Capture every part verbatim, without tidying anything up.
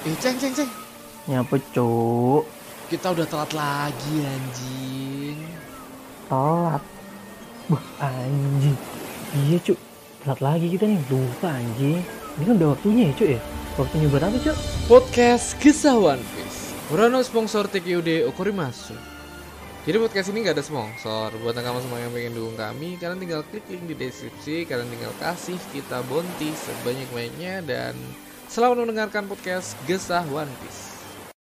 Eh, ceng, ceng, ceng. Nyapa, Cuk? Kita udah telat lagi, anjing. Telat. Wah, anjing. Iya, Cuk. Telat lagi kita nih. Lupa, anjing. Ini kan udah waktunya ya, Cuk ya? Waktunya buat apa, Cuk? Podcast Kisah One Piece. Urano sponsor T Q D Okorimasu. Jadi podcast ini gak ada sponsor. Buat kamu semua yang pengen dukung kami, kalian tinggal klik link di deskripsi. Kalian tinggal kasih kita bounty sebanyak-banyaknya. Dan selamat mendengarkan podcast Kisah One Piece.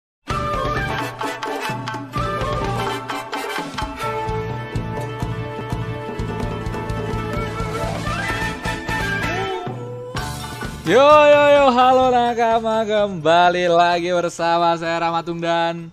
Yo yo yo, halo nakama, kembali lagi bersama saya Ramatung dan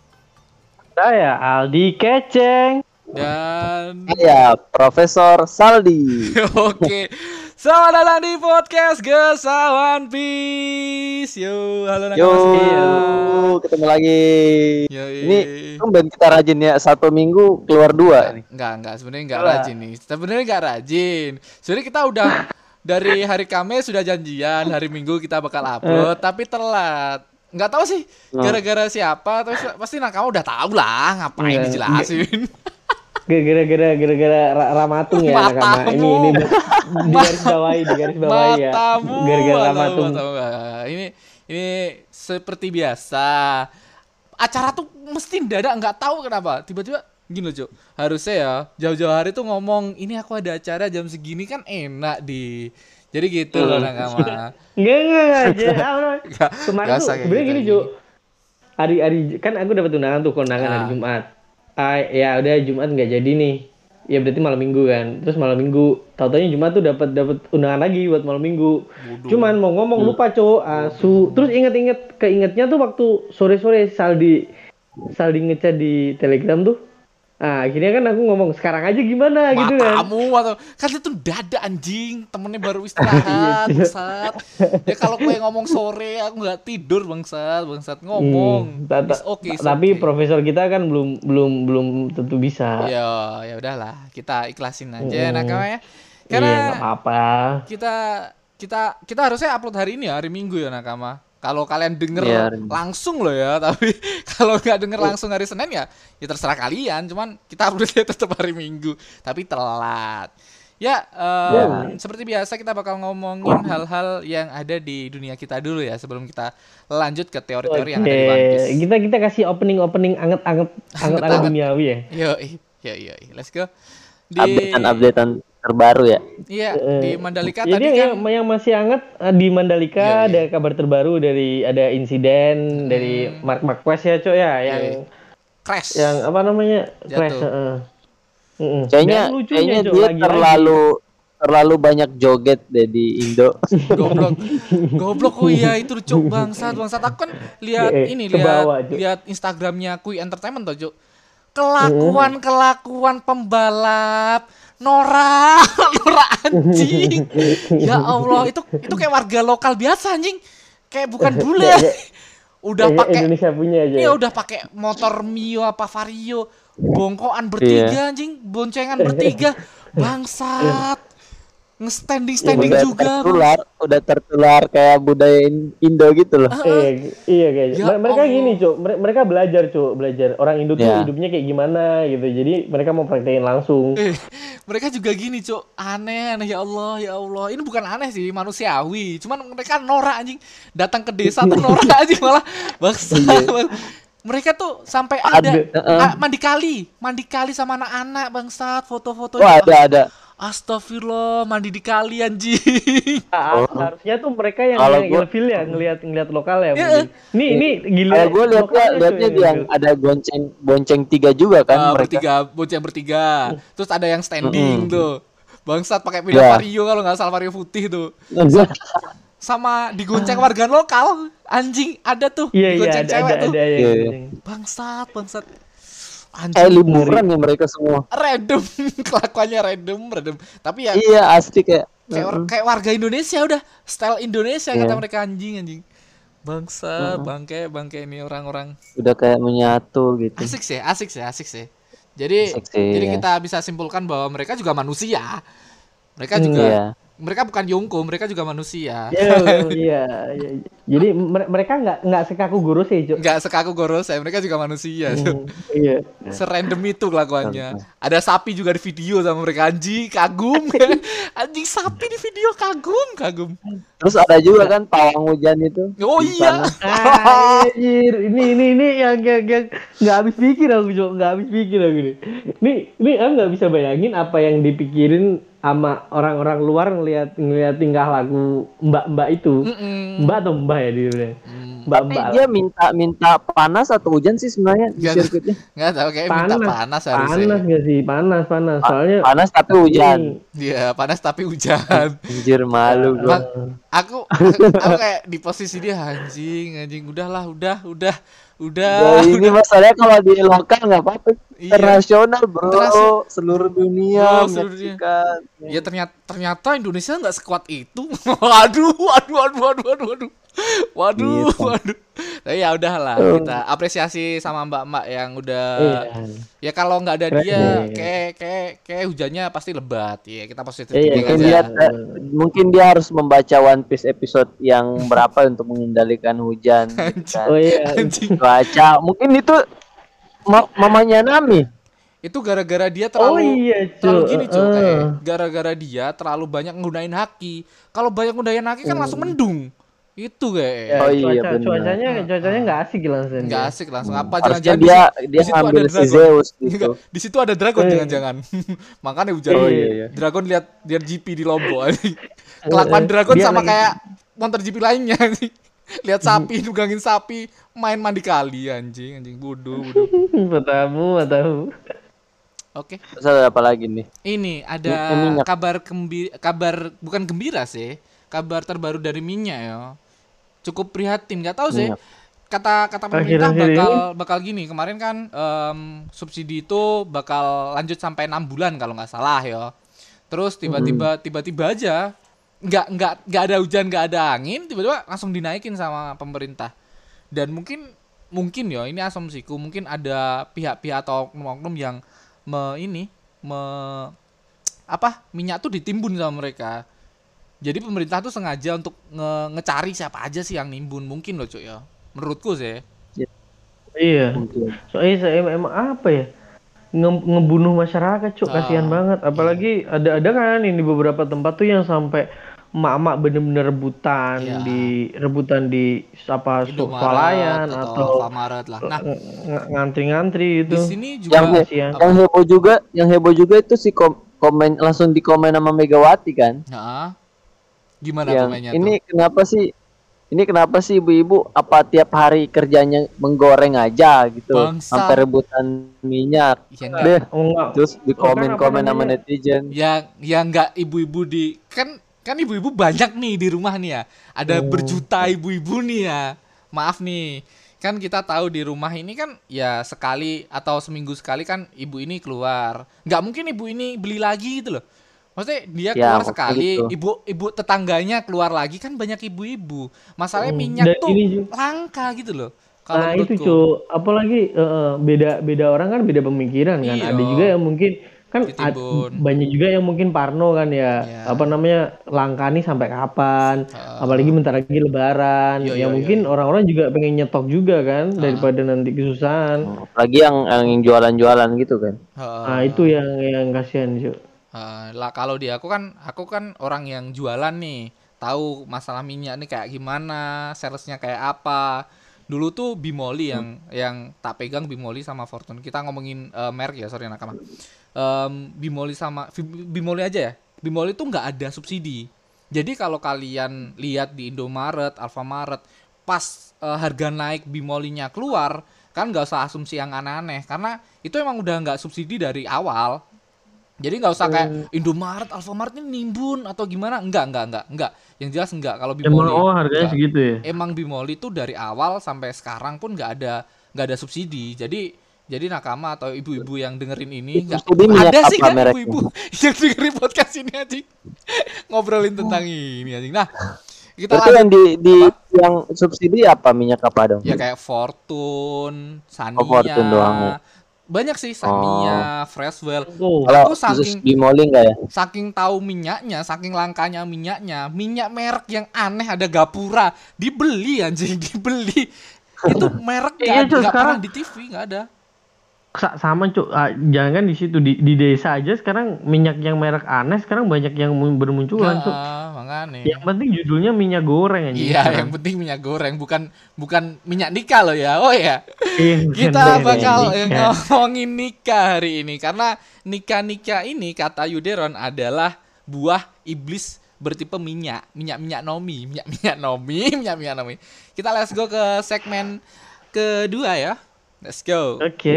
Saya Aldi Keceng. dan Saya Profesor Saldi. oke, selamat datang di podcast Kisah One Piece. Yo, halo nakama Yo, semua. ketemu lagi. Yo, Ini tumben kita rajin ya, satu minggu keluar dua nih. enggak enggak sebenarnya enggak Wah. rajin nih. Sebenarnya enggak rajin. Sebenarnya kita udah dari hari Kamis sudah janjian hari Minggu kita bakal upload, tapi telat. Nggak tahu sih gara-gara siapa, terus pasti nakama udah tahu lah ngapain Nggak, dijelasin. Gara-gara gara-gara Ra- Ramatung ya, nakama. Ini ini di garis bawahi, di garis bawahi ya. Matamu, Gara-gara matamu, Ramatung. matamu. Ini ini seperti biasa. Acara tuh mesti dadak nggak tahu kenapa. Tiba-tiba gini loh, Cuk. Harusnya ya jauh-jauh hari tuh ngomong ini aku ada acara jam segini kan enak di. Jadi gitu loh nakama. Enggak, enggak, enggak aja. Nggak- Kemarin nggak tuh usah kayak sebenarnya gitu, gini, anjing. Cuk. Hari-hari kan aku dapat undangan tuh, kondangan hari Ah. Jumat. Ah, ya udah Jumat nggak jadi nih. Ya berarti malam Minggu kan. Terus malam Minggu, tahu-taunya Jumat tuh dapat dapat undangan lagi buat malam Minggu. Bodoh. Cuman mau ngomong lupa, Cuk. Asu. Terus inget-inget keingetnya tuh waktu sore-sore Saldi Saldi ngechat di Telegram tuh. Ah, akhirnya kan aku ngomong sekarang aja gimana gitu kan. Matamu atau kan itu dada anjing, temennya baru istirahat, bangsat. Ya kalau gue ngomong sore aku nggak tidur bangsat, bangsat ngomong. Hmm, ta- ta- It's okay, it's tapi okay. profesor kita kan belum belum belum tentu bisa. Ya, ya udahlah, kita ikhlasin aja Hmm. nakama ya. Iya, Karena nggak apa-apa. kita kita kita harusnya upload hari ini ya, hari Minggu ya nakama. Kalau kalian denger Iya, hari Minggu. langsung loh ya, tapi kalau nggak denger langsung hari Senin ya, ya terserah kalian. Cuman kita uploadnya tetap hari Minggu, tapi telat. Ya, em, seperti biasa kita bakal ngomongin hal-hal yang ada di dunia kita dulu ya, sebelum kita lanjut ke teori-teori yang ada di One Piece. Oke, kita kita kasih opening opening anget-anget anget-anget duniawi ya. Yo, yo, yo, let's go. Di Updatean-updatean terbaru ya. Iya, di Mandalika Jadi tadi yang, kan. yang masih hangat eh, di Iya, iya. Mandalika ada kabar terbaru dari ada insiden dari Mark Marquez ya, Cok ya, yang Iya. Crash. yang apa namanya? Jatuh. Crash, heeh. Heeh. Kayaknya Dan lucunya, kayaknya Cok, dia lagi-lagi. terlalu terlalu banyak joget deh di Indo. Goblok. Goblok, oh iya itu Cuk, bangsat, bangsat. Aku kan lihat Eh, ini, ke lihat bawah, Cuk. lihat Instagramnya Kui Entertainment tuh, Cuk. Kelakuan-kelakuan pembalap Nora, Nora anjing. Ya Allah, itu itu kayak warga lokal biasa anjing. Kayak bukan bule. Udah Kayaknya pakai Indonesia punya aja. Iya udah pakai motor Mio apa Vario, bongkoan bertiga anjing, boncengan bertiga, bangsat, nge-standing standing udah juga. tertular, udah tertular kayak budaya In- Indo gitu loh. Iya, iya kayaknya. Ya Mer- mereka Allah. gini, Cuk. Mere- Mereka belajar, Cuk. Belajar. Orang Indo tuh Ya. hidupnya kayak gimana gitu. Jadi mereka mau praktekin langsung. Eh, mereka juga gini, Cuk. Aneh, aneh ya Allah, ya Allah. Ini bukan aneh sih, manusiawi. Cuman mereka norak anjing. Datang ke desa tuh norak anjing malah bangsa. Mereka tuh sampai ada, Ada, heeh. ah, mandi kali, mandi kali sama anak-anak bangsat, foto-foto. Wah, ada ada. Astagfirullah, mandi di kali anjing. Ah, harusnya tuh mereka yang Kalau yang gua- ilfil ya, ngelihat ngelihat lokal ya. Iya. mungkin. Nih, ini gila. Kalau gue lihatnya lihatnya dia yang ada bonceng bonceng tiga juga kan Ah, mereka. bertiga, bocah bertiga. Terus ada yang standing tuh. Bangsat pakai pilihan Ya. vario kalau nggak salah vario putih tuh. Sama digonceng warga lokal. Anjing ada tuh Iya, iya, digonceng ada cewek ada tuh. ada yang Iya, iya. yang- Bangsat, bangsat. Eh Anjing. liburan ya mereka semua. Random kelakuannya random, random. Tapi ya Iya asli kayak. kayak, or- kayak warga Indonesia udah style Indonesia kata Iya. mereka anjing anjing. Bangsa, bangke, bangke ini orang-orang. Udah kayak menyatu gitu. Asik sih, asik sih, asik sih. Jadi Asik sih, jadi ya. kita bisa simpulkan bahwa mereka juga manusia. Mereka juga Iya. mereka bukan Yongko, mereka juga manusia. Iya, iya, iya. Jadi mere- mereka nggak nggak sekaku guru sih, Cuk. Nggak sekaku Gorosei, mereka juga manusia. Hmm, iya. Serandom itu kelakuannya. Ada sapi juga di video sama mereka, anjing kagum. Anjing sapi di video kagum, kagum. Terus ada juga kan pawang hujan itu. Oh di iya. sana. Anjir, ini ini ini yang yang yang nggak habis pikir aku, Cuk. Nggak habis pikir aku nih. Ini ini aku nggak bisa bayangin apa yang dipikirin sama orang-orang luar ngelihat ngelihat tingkah laku mbak-mbak itu. Mm-mm. Mbak atau mbak ya dia bilang. Hmm. Tapi Mbak-mbak. dia minta minta panas atau hujan sih sebenarnya di Nggak- sirkuitnya. Nggak tahu kayak minta panas harusnya. Panas nggak sih? Panas, panas. Soalnya Panas tapi hujan. Iya, panas tapi hujan. Anjir malu gua. Mak- aku, aku aku kayak di posisi dia anjing, anjing udahlah, udah, udah, udah. Ya, ini masalahnya kalau di lokal nggak apa-apa. Iya. Internasional bro, Internasional. seluruh dunia Bro, seluruh dunia. menyaksikan. Ya ternyata ternyata Indonesia nggak sekuat itu. Waduh, waduh, waduh, waduh, waduh, waduh. Waduh, Gitu. waduh. Tapi ya udahlah, kita apresiasi sama mbak-mbak yang udah. iya. Ya kalau nggak ada Keren dia, deh. kayak kayak kayak hujannya pasti lebat. Ya kita positif Iya, thinking Mungkin aja. dia mungkin dia harus membaca One Piece episode yang berapa untuk mengendalikan hujan. gitu kan. Oh iya. Anjing. Baca, mungkin itu ma- mamanya Nami. Itu gara-gara dia Oh terlalu iya, terlalu Cuk. gini cuy, Eh. kayak gara-gara dia terlalu banyak nggunain haki. Kalau banyak nggunain haki kan langsung mendung. Itu kayak Ya, Oh iya, cuaca, benar. cuacanya cuacanya nggak asik langsung. nggak asik langsung apa Harusnya jangan-jangan dia di- dia di situ ngambil ada si dragon. Zeus gitu. Enggak, di situ ada dragon Eh. jangan-jangan. Makanya hujan. Oh, iya, iya. Dragon lihat lihat G P di Lombok. anjing. Kelakuan dragon Dia sama lagi- kayak motor G P lainnya. anjing. Lihat sapi, nugangin sapi, main mandi kali anjing, anjing bodoh, bodoh. Matamu, matamu. Oke. Terus ada apa lagi nih? Ini ada Ini minyak. kabar gembira, kabar bukan gembira sih, kabar terbaru dari minyak ya. Cukup prihatin, nggak tahu sih. Minyak. Kata kata pemerintah Akhir-akhir bakal bakal gini. Kemarin kan em, subsidi itu bakal lanjut sampai enam bulan kalau nggak salah ya. Terus tiba-tiba tiba-tiba aja nggak nggak nggak ada hujan, nggak ada angin, tiba-tiba langsung dinaikin sama pemerintah. Dan mungkin mungkin ya ini asumsiku, mungkin ada pihak-pihak atau oknum-oknum yang me ini me apa minyak tuh ditimbun sama mereka. Jadi pemerintah tuh sengaja untuk nge- ngecari siapa aja sih yang nimbun, mungkin loh cuy ya. Menurutku sih. Iya. Mungkin. Soalnya saya emang apa ya? Nge- ngebunuh masyarakat, Cuk. Kasihan Ah, banget. Apalagi ada ada kan ini beberapa tempat tuh yang sampai emak-emak bener-bener rebutan Iya. di rebutan di apa su- Indomaret swalayan atau atau Alfamaret lah. Nah, ng- ng- ngantri-ngantri itu. di sini juga Yang he- kasihan. yang heboh juga, yang heboh juga itu si kom- komen langsung dikomen sama Megawati kan. Nah, gimana yang komennya ini tuh? kenapa sih? Ini kenapa sih ibu-ibu apa tiap hari kerjanya menggoreng aja gitu Bangsa. sampai rebutan minyak. Ya enggak, Deh, Oh, enggak. terus Kan dikomen-komen apa sama namanya? netizen. ya ya enggak ibu-ibu di kan kan ibu-ibu banyak nih di rumah nih ya. Ada Oh. berjuta ibu-ibu nih ya. Maaf nih. Kan kita tahu di rumah ini kan ya sekali atau seminggu sekali kan ibu ini keluar. Nggak mungkin ibu ini beli lagi gitu loh. Maksudnya dia Ya, keluar maksud sekali, gitu. ibu ibu tetangganya keluarnya lagi kan banyak ibu-ibu. Masalahnya Hmm, minyak dan tuh ini juga- langka gitu loh. Kalau Nah itu menurutku. Cuk, apalagi eh, eh, beda beda orang kan beda pemikiran kan. Iya. Ada juga yang mungkin kan ad- Ditimbun. banyak juga yang mungkin parno kan ya. Iya. Apa namanya langka nih sampai kapan? Heeh. Apalagi bentar lagi Lebaran. Yo, Ya yo, yo, mungkin yo. orang-orang juga pengen nyetok juga kan daripada nanti kesusahan. Apalagi yang yang jualan-jualan gitu kan. Heeh. Nah itu yang yang kasihan Cuk. Eh, lah kalau di aku kan aku kan orang yang jualan nih, tahu masalah minyak nih kayak gimana, salesnya kayak apa. Dulu tuh Bimoli yang yang tak pegang Bimoli sama Fortune. Kita ngomongin eh, merek ya, sorry nakama. Em, Bimoli sama Bi- Bimoli aja ya. Bimoli tuh nggak ada subsidi. Jadi kalau kalian lihat di Indomaret, Alfamaret, pas eh, harga naik Bimolinya keluar, kan nggak usah asumsi yang aneh-aneh karena itu emang udah nggak subsidi dari awal. Jadi nggak usah kayak Indomaret, Alfamart ini nimbun atau gimana? Enggak, enggak, enggak, enggak. Yang jelas enggak. Kalau Bimoli, Emang oh harganya enggak. segitu ya? Emang Bimoli tuh dari awal sampai sekarang pun nggak ada nggak ada subsidi. Jadi jadi nakama atau ibu-ibu yang dengerin ini nggak Subsidi minyak ada sih apa kan mereknya? ibu-ibu yang dengerin podcast ini anjing ngobrolin tentang ini anjing. Nah kita Itu yang lanjut. di di yang subsidi apa minyak apa dong? Ya kayak Fortune, Sania, Oh, Fortune doang ya. Banyak sih, Samiya, Freshwell. Oh. Kalau Aku khusus saking Bimoli enggak ya? saking tahu minyaknya, saking langkanya minyaknya, minyak merek yang aneh ada Gapura, dibeli anjing, dibeli. Itu merek Iya, gak, Cuk, gak pernah sekarang- di T V, gak ada. Sa- sama cuk, ah, jangan kan di situ di, di desa aja sekarang minyak yang merek aneh sekarang banyak yang mu- bermunculan cuk. Nah, makanya. Yang penting judulnya minyak goreng aja. Iya, yang penting minyak goreng, bukan bukan minyak nikah loh ya. Oh ya. Kita bakal eh, ngomongin nikah hari ini karena nikah-nikah ini kata Yuderon adalah buah iblis bertipe minyak, minyak-minyak nomi, minyak-minyak nomi, minyak-minyak nomi. Kita let's go ke segmen kedua ya. Let's go. Oke. Okay.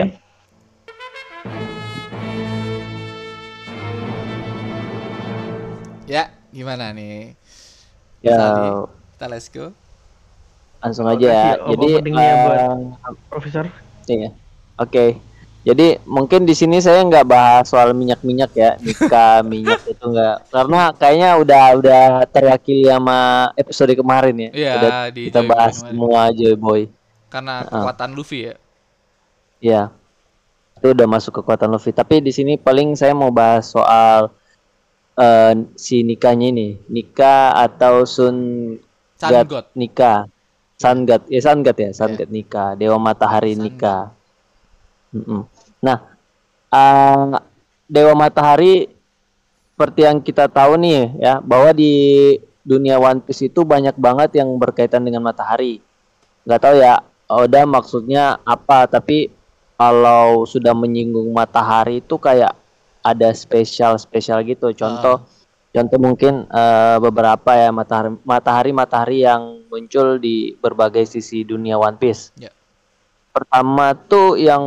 Ya, gimana nih? Ya, Sali, kita let's go. langsung aja ya. Kasih Jadi openingnya buat eh, Profesor. iya. Oke. Jadi mungkin di sini saya nggak bahas soal minyak-minyak ya, nikah minyak itu nggak, karena kayaknya udah udah terwakili sama episode kemarin ya. Iya, Udah di kita Joy Boy bahas kemarin. semua Joy Boy. Karena Uh. kekuatan Luffy ya. Ya, itu udah masuk kekuatan Luffy. Tapi di sini paling saya mau bahas soal eh, si nikahnya ini, nikah atau Sun Sun God God. nikah, Sun God, ya Sun God ya, Sun Ya. God nikah, Dewa Matahari Sun nikah. Mm-mm. Nah, eh, Dewa Matahari seperti yang kita tahu nih ya, bahwa di dunia One Piece itu banyak banget yang berkaitan dengan matahari. Nggak tahu ya, Oda maksudnya apa, tapi kalau sudah menyinggung matahari itu kayak ada spesial-spesial gitu. Contoh, contoh mungkin eh, beberapa ya matahari, matahari matahari yang muncul di berbagai sisi dunia One Piece. Ya. Pertama tuh yang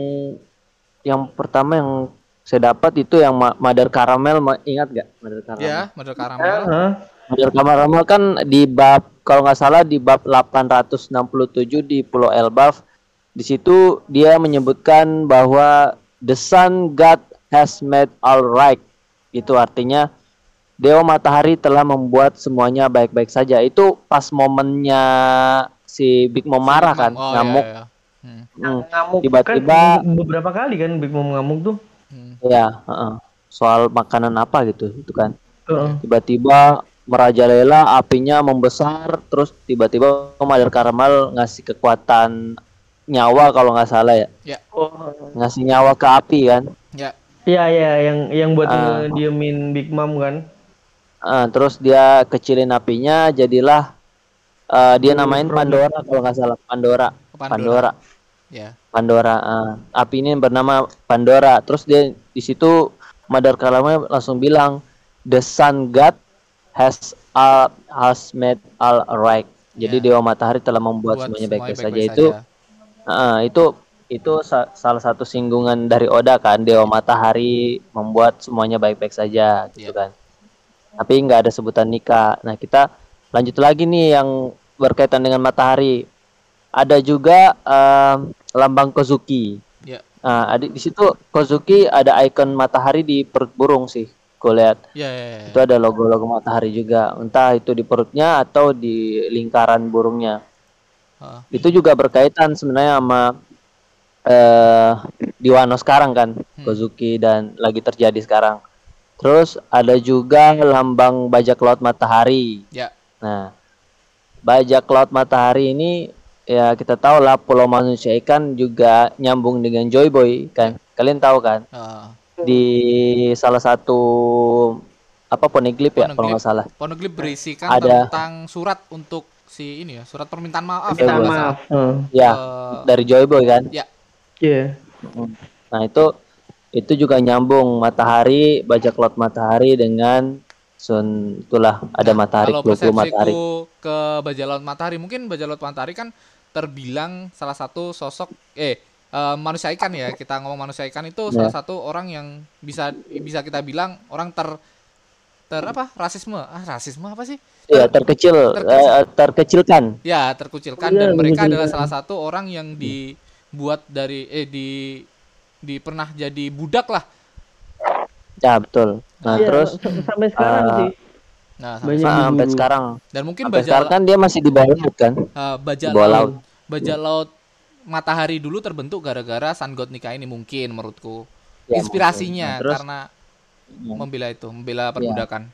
yang pertama yang saya dapat itu yang ma- Mother Caramel, ma- ingat nggak Mother Caramel? Ya, Mother Caramel. Hah? Mother Caramel kan di bab, kalau nggak salah di bab delapan ratus enam puluh tujuh di Pulau Elbaf. Di situ dia menyebutkan bahwa the sun god has made all right. Itu artinya Dewa Matahari telah membuat semuanya baik-baik saja. Itu pas momennya si Big Mom marah kan, Oh, ngamuk. iya, iya. Hmm. Hmm. Ngamuk Tiba-tiba- kan beberapa kali kan Big Mom ngamuk tuh. Hmm. Ya, heeh. Soal makanan apa gitu, itu kan. Heeh. Tiba-tiba merajalela, apinya membesar, terus tiba-tiba Mother Caramel ngasih kekuatan nyawa kalau nggak salah ya, Oh. ngasih nyawa ke api kan. Ya. Iya iya yang yang buat Ah. ngediemin Big Mom kan. Ah, terus dia kecilin apinya, jadilah eh, dia Hmm, namain produk. Pandora kalau nggak salah, Pandora, Pandora. Pandora, Ya. Pandora. ah. Api ini bernama Pandora. Terus dia di situ Mother Caramel langsung bilang, the sun god has all, has made all right. Jadi Ya. Dewa Matahari telah membuat Buat semuanya semuanya baik-baik saja. baik-baik Itu saja. ah, itu itu sa- salah satu singgungan dari Oda kan, Dewa Matahari membuat semuanya baik-baik saja gitu Ya. kan. Tapi nggak ada sebutan nikah. Nah, kita lanjut lagi nih yang berkaitan dengan matahari. Ada juga em, lambang Kozuki. Ya. Nah, ada di situ Kozuki ada ikon matahari di perut burung sih. Gue lihat Ya, ya, ya. itu ada logo-logo matahari juga. Entah itu di perutnya atau di lingkaran burungnya. Ah. Itu juga berkaitan sebenarnya sama eh di Wano sekarang kan, Hmm. Kozuki, dan lagi terjadi sekarang. Terus ada juga lambang bajak laut matahari. Ya. Nah, bajak laut matahari ini ya kita tahu lah, pulau manusia ikan juga nyambung dengan Joy Boy kan. Kalian tahu kan? Ah. Di salah satu apa poneglyph ya kalau Poneglyph. nggak salah. Poneglyph berisikan Ada. tentang surat untuk si ini ya, surat permintaan maaf. Minta kalau nggak maaf. salah. Heeh. Ya, Eh, dari Joy Boy kan. ya. Iya. Nah, itu itu juga nyambung matahari, bajak laut matahari dengan sun, itulah ada Nah, matahari, kalau clue-clue matahari. persepsiku ke bajak laut matahari, mungkin bajak laut matahari kan terbilang salah satu sosok eh eh, manusia ikan ya. Kita ngomong manusia ikan itu Ya. salah satu orang yang bisa bisa kita bilang orang ter ter apa? Rasisme. Ah, rasisme apa sih? Iya, terkecil, terkecil. eh, terkecilkan. Ya, terkucilkan Iya, dan mereka betul. adalah salah satu orang yang dibuat dari eh di di pernah jadi budak lah. Ya, betul. Nah, Iya, terus s- sampai sekarang ah, sih. Nah, sampai Banyak sekarang. ah, sampai dulu. sekarang. Dan mungkin Sampai bajak sekarang kan dia masih di bawah laut kan? eh, bajak Di bawah laut, laut. bajak laut matahari dulu terbentuk gara-gara Sun God Nika ini mungkin menurutku. Ya, Inspirasinya mungkin. Nah, terus, karena ya, membela itu, membela perbudakan.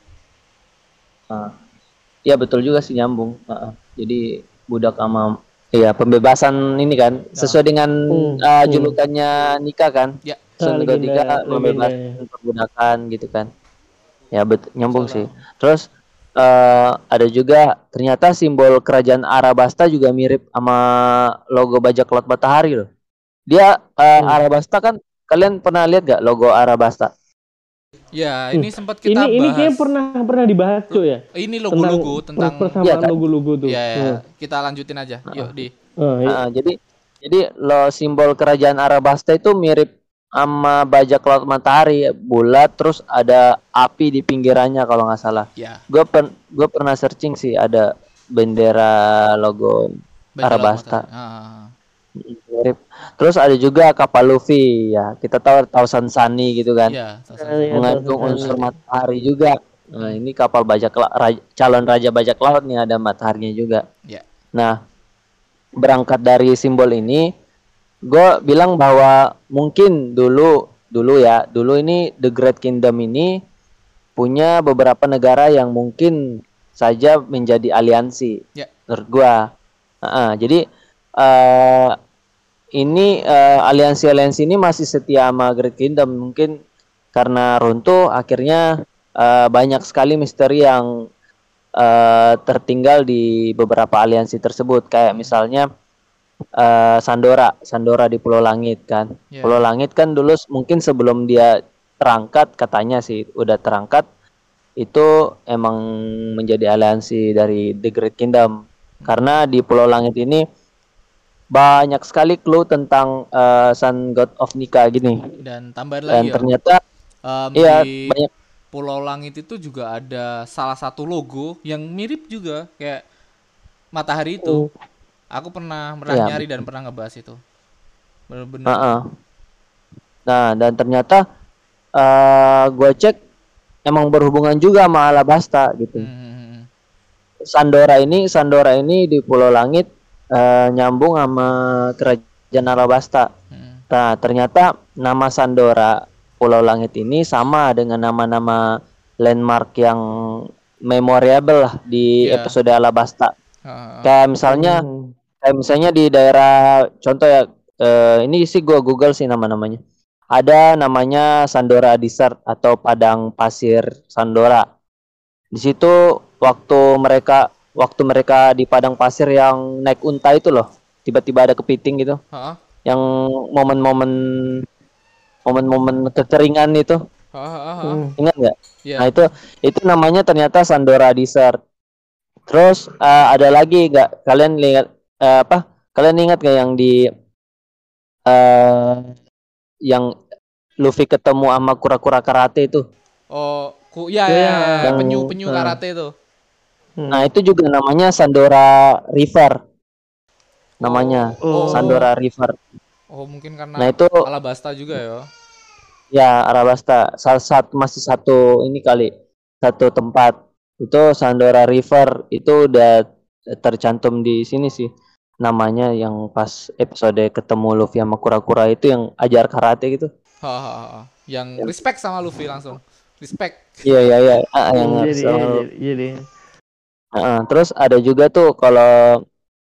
uh, ya betul juga sih, nyambung. Uh, jadi budak sama ya pembebasan ini kan sesuai dengan Hmm, uh, hmm. julukannya Nika kan. Ya, Ah, Sun God legenda, Nika membebaskan legendanya. perbudakan gitu kan. Ya betul, nyambung Salah. sih. Terus uh, ada juga ternyata simbol kerajaan Arabasta juga mirip sama logo bajak laut matahari loh. Dia uh, Hmm. Arabasta kan, kalian pernah lihat gak logo Arabasta? Ya, Hmm. ini sempat kita Ini ini bahas. kayaknya pernah pernah dibahas cuy ya. Ini logo-logo tentang, persamaan Iya, kan? logo-logo tuh. ya, ya. Hmm. Kita lanjutin aja. Yuk, Di. Ah, iya. Uh, jadi jadi lo simbol kerajaan Arabasta itu mirip sama bajak laut matahari, bulat terus ada api di pinggirannya kalau nggak salah. Ya. Gue pen gue pernah searching sih, ada bendera logo Bajak laut Arabasta. matahari. Ah. Mirip. Terus ada juga kapal Luffy ya. Kita tahu Tausan Sunny gitu kan. Iya, salah Ah, iya, Mengandung Tausan unsur Sunny. matahari juga. Nah, ini kapal bajak la- raja- calon raja bajak laut nih, ada mataharinya juga. Ya. Nah, berangkat dari simbol ini, gue bilang bahwa mungkin dulu dulu ya, dulu ini The Great Kingdom ini punya beberapa negara yang mungkin saja menjadi aliansi. Ya. Menurut gue. Uh, jadi uh, ini uh, aliansi-aliansi ini masih setia sama Great Kingdom, mungkin karena runtuh akhirnya uh, banyak sekali misteri yang uh, tertinggal di beberapa aliansi tersebut, kayak misalnya uh, Sandora Sandora di Pulau Langit kan. Yeah. Pulau Langit kan dulu mungkin sebelum dia terangkat, katanya sih udah terangkat, itu emang menjadi aliansi dari The Great Kingdom. Karena di Pulau Langit ini banyak sekali clue tentang uh, Sun God of Nika gini. Dan tambahan Dan lagi ya. ternyata Um, iya di banyak. Pulau Langit itu juga ada salah satu logo yang mirip juga kayak matahari itu. Oh. Aku pernah pernah Iya, nyari betul. dan pernah ngebahas itu. Benar-benar. Uh-uh. Nah, dan ternyata uh, gue cek emang berhubungan juga sama Alabasta gitu. Hmm. Sandora ini Sandora ini di Pulau Langit uh, nyambung sama kerajaan Alabasta. Hmm. Nah, ternyata nama Sandora Pulau Langit ini sama dengan nama-nama landmark yang memorable lah di Iya. episode Alabasta. Ah, Kayak misalnya Hmm. kayak misalnya di daerah, contoh ya, eh, ini sih gua Google sih nama-namanya. Ada namanya Sandora Desert atau padang pasir Sandora. Di situ waktu mereka waktu mereka di padang pasir yang naik unta itu loh, tiba-tiba ada kepiting gitu, ah, yang momen-momen momen-momen kekeringan itu, ah, ah, ah. Hmm. ingat nggak? Iya. Nah itu itu namanya ternyata Sandora Desert. Terus eh, ada lagi nggak kalian lihat, eh, apa? Kalian ingat nggak yang di eh yang Luffy ketemu sama kura-kura karate itu? Oh, ku ya Ya, ya, ya, yang- penyu-penyu ah. karate itu. Hmm. Nah itu juga namanya Sandora River. Namanya Oh. Sandora River. Oh, mungkin karena Nah itu Alabasta juga ya. ya Arabasta. Salah satu masih satu ini kali satu tempat itu Sandora River itu udah tercantum di sini sih. Namanya yang pas episode ketemu Luffy sama kura-kura itu yang ajar karate gitu. Hahaha. Yang respect sama Luffy langsung. Respect. Iya iya iya. Ah, yang Hmm, harus jadi, selalu- jadi, jadi. Ah, terus ada juga tuh kalau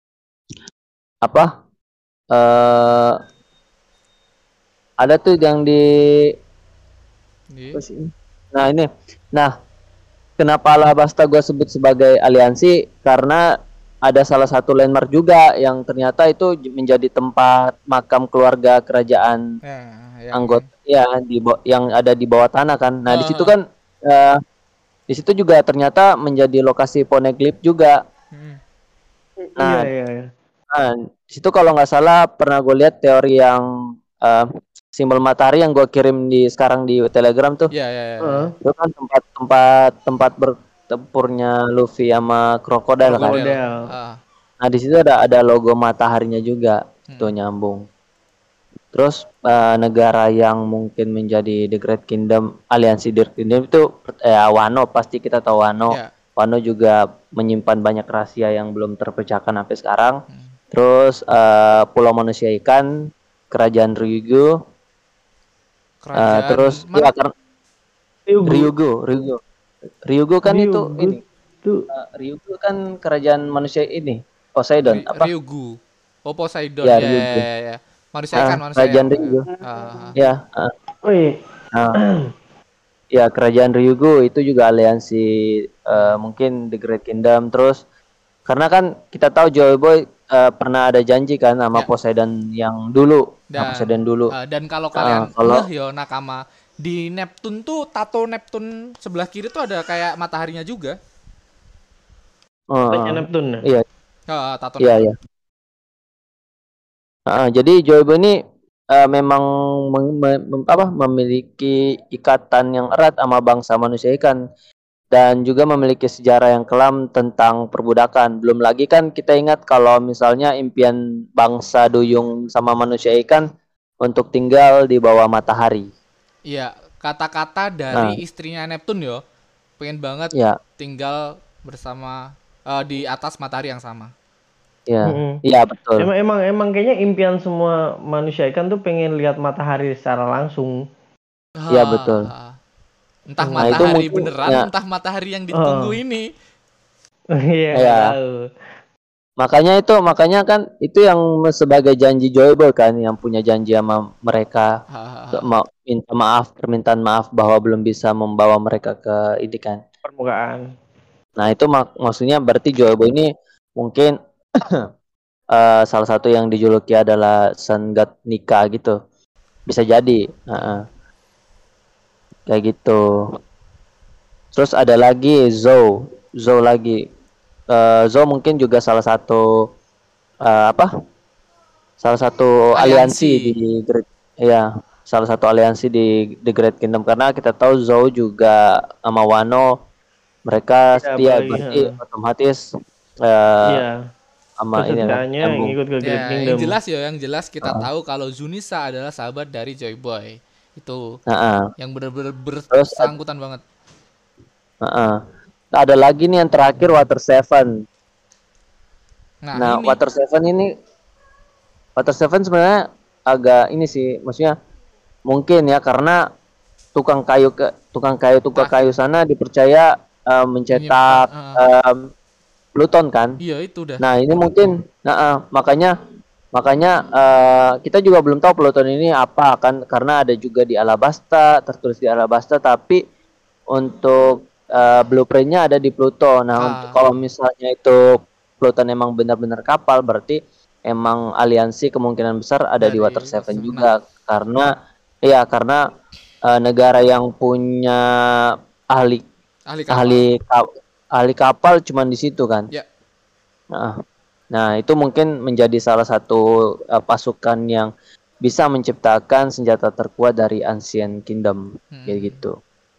apa? Eh ada tuh yang di Di- apa sih? Nah ini, nah kenapa Alabasta gue sebut sebagai aliansi, karena ada salah satu landmark juga yang ternyata itu j- menjadi tempat makam keluarga kerajaan Ya, yang- anggota ya di ba- yang ada di bawah tanah kan. Nah di Ah. situ kan eh, di situ juga ternyata menjadi lokasi poneglyph juga. Hmm. Nah, Iya, iya, iya. Nah, di situ kalau nggak salah pernah gue lihat teori yang eh, simbol matahari yang gue kirim di sekarang di Telegram tuh. Ya, ya, ya. Heeh. Itu kan tempat-tempat tempat bertempurnya Luffy sama krokodil kan. Krokodil. Ah. Nah di situ ada ada logo mataharinya juga, Hmm. tuh nyambung. Terus eh, negara yang mungkin menjadi The Great Kingdom, aliansi The Great Kingdom itu eh, Wano, pasti kita tahu Wano. Ya. Wano juga menyimpan banyak rahasia yang belum terpecahkan sampai sekarang. Hmm. terus uh, Pulau Manusia Ikan, Kerajaan Ryugu, Kerajaan uh, terus mana? ya karena Ryugu, Ryugu, Ryugu kan itu Ryugu ini, tuh uh, Ryugu kan kerajaan manusia ini, Poseidon Ry- apa? Ryugu. Oh, Poseidon. Ya Ya, ya, Ryugu, ya, ya. Manusia ah ikan, manusia kerajaan ikan. Ryugu, Ah, ya, uh, oh iya. nah, ya kerajaan Ryugu itu juga aliansi uh, mungkin The Great Kingdom, terus karena kan kita tahu Joy Boy uh, pernah ada janji kan sama ya. Poseidon yang dulu, sama Dan Poseidon dulu. eh, dan kalau Uh, kalian kalau ngeh yo nakama di Neptune tuh tato Neptune sebelah kiri tuh ada kayak mataharinya juga. uh, Tanya Neptune. iya, Ah, tato iya, Neptune. iya. Uh, jadi Joy Boy ini uh, memang mem- mem- apa, memiliki ikatan yang erat sama bangsa manusia ikan dan juga memiliki sejarah yang kelam tentang perbudakan. Belum lagi kan kita ingat kalau misalnya impian bangsa duyung sama manusia ikan untuk tinggal di bawah matahari. Iya, kata-kata dari Nah, istrinya Neptune yo. Pengen banget ya, tinggal bersama eh, di atas matahari yang sama. ya, Mm-mm. iya betul. Emang emang emang kayaknya impian semua manusia ikan tuh pengen lihat matahari secara langsung. Iya betul. Ah, entah Hmm. Nah itu matahari mungkin beneran, ya, entah matahari yang ditunggu Oh. ini. Iya, nggak ya. tahu. Makanya itu, makanya kan itu yang sebagai janji Joyboy kan, yang punya janji sama mereka, Ah, ma- minta maaf, permintaan maaf bahwa belum bisa membawa mereka ke ini kan. Permukaan. Nah itu mak maksudnya berarti Joyboy ini mungkin eh, salah satu yang dijuluki adalah Sun God Nika gitu, bisa jadi. Heeh. Kayak gitu. Terus ada lagi Zou, Zou lagi. Eh, Zou mungkin juga salah satu eh, apa? Salah satu aliansi, aliansi. di Great, ya, salah satu aliansi di The Great Kingdom karena kita tahu Zou juga sama Wano mereka Iya, setia, apalagi, berarti heeh. otomatis eh, Iya. sama ini kan Kesetiaannya nyambung. ngikut ke Great Ya, yang Kingdom. jelas ya, yang jelas kita Heeh. tahu kalau Zunisa adalah sahabat dari Joy Boy. Itu Heeh. yang benar-benar Terus ad- bersangkutan banget. heeh. Ada lagi nih yang terakhir Water Seven. Nah, Nah, ini Water Seven ini Water Seven sebenarnya agak ini sih, maksudnya mungkin ya karena tukang kayu ke tukang kayu tukang Terakhir. kayu sana dipercaya eh, mencetak Menyimpan, em, Pluton kan. iya itu udah. Nah ini mungkin, nah eh, makanya makanya eh, kita juga belum tahu Pluton ini apa kan, karena ada juga di Alabasta, tertulis di Alabasta, tapi untuk eh, blueprintnya ada di Pluto. Nah Ah. untuk kalau misalnya itu Pluton emang benar-benar kapal, berarti emang aliansi kemungkinan besar ada di Dari Water Seven Water Seven. juga, karena ya karena eh, negara yang punya ahli Ahli kapal. ahli ka- ahli kapal cuman di situ kan. Ya. Nah, nah itu mungkin menjadi salah satu eh, pasukan yang bisa menciptakan senjata terkuat dari Ancient Kingdom, Hmm. kayak gitu.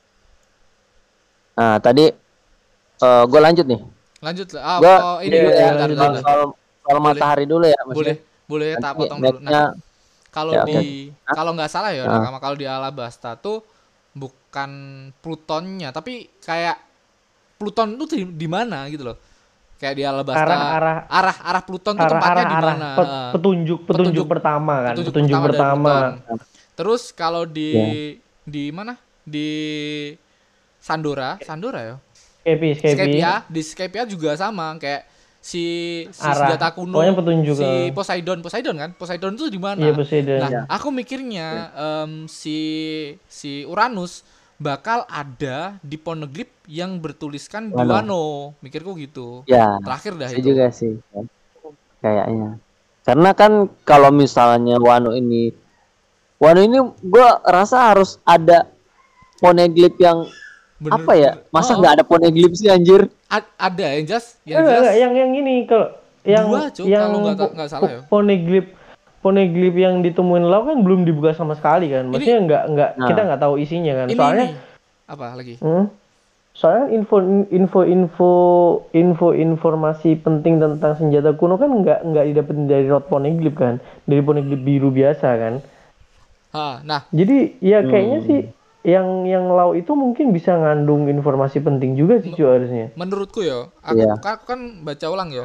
Nah tadi eh gue lanjut nih. Lanjut lah. Ah, Gua oh, ini iya, dulu iya, ya, lanjut, bentar, soal, bentar, lanjut. bentar. soal, soal Boleh. matahari dulu ya, maksudnya. Boleh, boleh ya, tak Nanti potong dulu. Nah, next-nya, kalau ya, oke. di kalau nggak salah ya, Ah. Nakama, kalau di Alabasta tuh bukan Plutonnya, tapi kayak Pluton tuh di, di mana gitu loh. Kayak di Alabasta. Arah arah arah arah Pluton tuh arah tempatnya arah di arah mana? pe- Eh, petunjuk, petunjuk petunjuk- pertama kan. petunjuk Petunjuk, pertama dari pertama. Pluton. Terus kalau di Ya. di mana? Di Sandora, Sandora ya. Skepi, Skepi. Skypia, di Skypia juga sama kayak si si Arah. senjata kuno, Pokoknya petunjuk, si eh. Poseidon, Poseidon kan? Poseidon tuh di mana? Iya, Poseidon. Nah, Iya. aku mikirnya em, si si Uranus bakal ada di Poneglyph yang bertuliskan di Wano. Wano. Mikirku gitu. Ya, Terakhir dah saya itu. juga sih, kayaknya. Karena kan kalau misalnya Wano ini, Wano ini gue rasa harus ada poneglyph yang Bener- apa ya? Masa Oh, nggak ada poneglyph sih anjir? a- ada yang jelas, yang Enggak, jelas. enggak, yang yang ini kalau yang Dua, Cuk, yang kalau nggak ta- po- nggak salah ya. po- poneglyph poneglyph yang ditemuin Lau kan belum dibuka sama sekali kan. Maksudnya enggak enggak Nah. kita nggak tahu isinya kan. Ini, Soalnya ini. Apa lagi? Hmm. Soalnya info info info info informasi penting tentang senjata kuno kan nggak nggak didapetin dari Rod Poneglyph kan, dari Poneglyph biru biasa kan. Ha, nah, Jadi ya kayaknya Hmm. sih yang yang Lau itu mungkin bisa ngandung informasi penting juga sih cuy harusnya. menurutku ya, aku Iya. kan, aku kan baca ulang ya.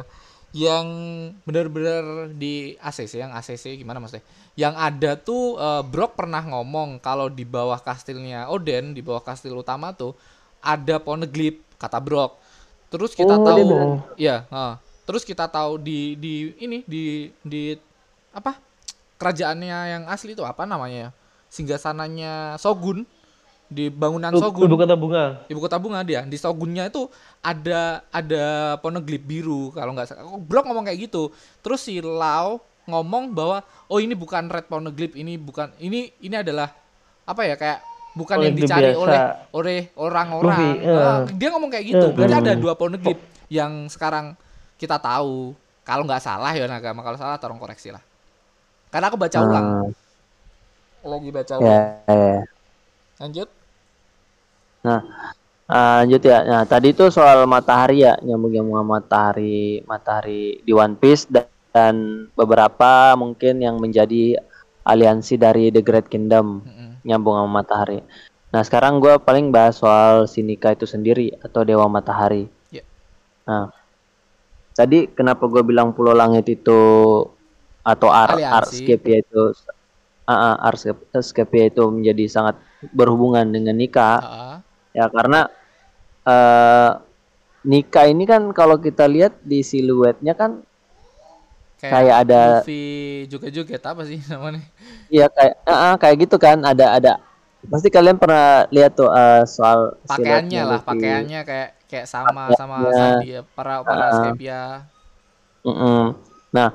yang benar-benar di A C C, yang A C C gimana maksudnya? Yang ada tuh uh, Brock pernah ngomong kalau di bawah kastilnya Odin, di bawah kastil utama tuh ada Poneglyph, kata Brock. Terus kita Oh, tahu, dia bilang. ya, uh, terus kita tahu di di ini di di apa? Kerajaannya yang asli itu apa namanya? Singgasananya Shogun, di bangunan Ibu, Shogun. ibu kota bunga. Ibu kota bunga dia di Shogunnya itu ada ada Poneglyph biru kalau nggak salah. Brock ngomong kayak gitu. Terus si Lau ngomong bahwa oh ini bukan Red Poneglyph, ini bukan ini ini adalah apa ya kayak bukan yang Poneglyph dicari biasa. oleh oleh orang-orang. Luffy, Nah, eh. dia ngomong kayak gitu. Eh, Berarti eh. ada dua Poneglyph yang sekarang kita tahu. Kalau nggak salah ya Nagama, kalau salah tolong koreksi lah. Karena aku baca ulang. Hmm, Lagi baca ya, ulang. ya. Lanjut. Nah, uh, lanjut ya. Nah, tadi itu soal matahari ya, nyambung-nyambung sama matahari, matahari di One Piece dan, dan beberapa mungkin yang menjadi aliansi dari The Great Kingdom, Mm-mm. nyambung sama matahari. Nah, sekarang gue paling bahas soal si Nika itu sendiri atau Dewa Matahari. Ya. Nah, tadi kenapa gue bilang Pulau Langit itu atau Ar Aliansi. Arscapia itu uh, uh, Arscapia itu menjadi sangat berhubungan dengan Nika. Ah, Ya karena uh, Nika ini kan kalau kita lihat di siluetnya kan kayak, kayak ada Luffy joget-joget apa sih namanya? ya kayak uh, uh, kayak gitu kan ada ada pasti kalian pernah lihat tuh uh, soal Pakaiannya siluetnya lah, Luffy. pakaiannya kayak kayak sama sama Pakaiannya. Sandy ya, para para Ah. Askepia. Mm-mm. Nah,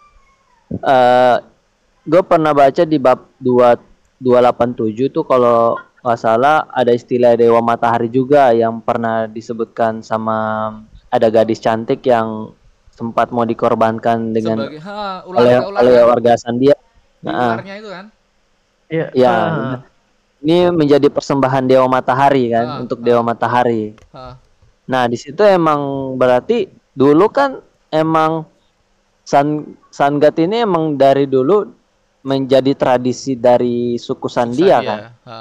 uh, gue pernah baca di bab dua dua delapan tujuh tuh kalau nggak salah ada istilah Dewa Matahari juga yang pernah disebutkan sama ada gadis cantik yang sempat mau dikorbankan dengan Sebagai ha, ular oleh kayak ular oleh kan? warga Sandia. Di Nah, ularnya itu kan. Iya. ya ah. ini menjadi persembahan Dewa Matahari kan Ah, untuk ah. Dewa Matahari. Ha. Nah, di situ emang berarti dulu kan emang San Sangat ini emang dari dulu menjadi tradisi dari suku Sandia kan. Ha.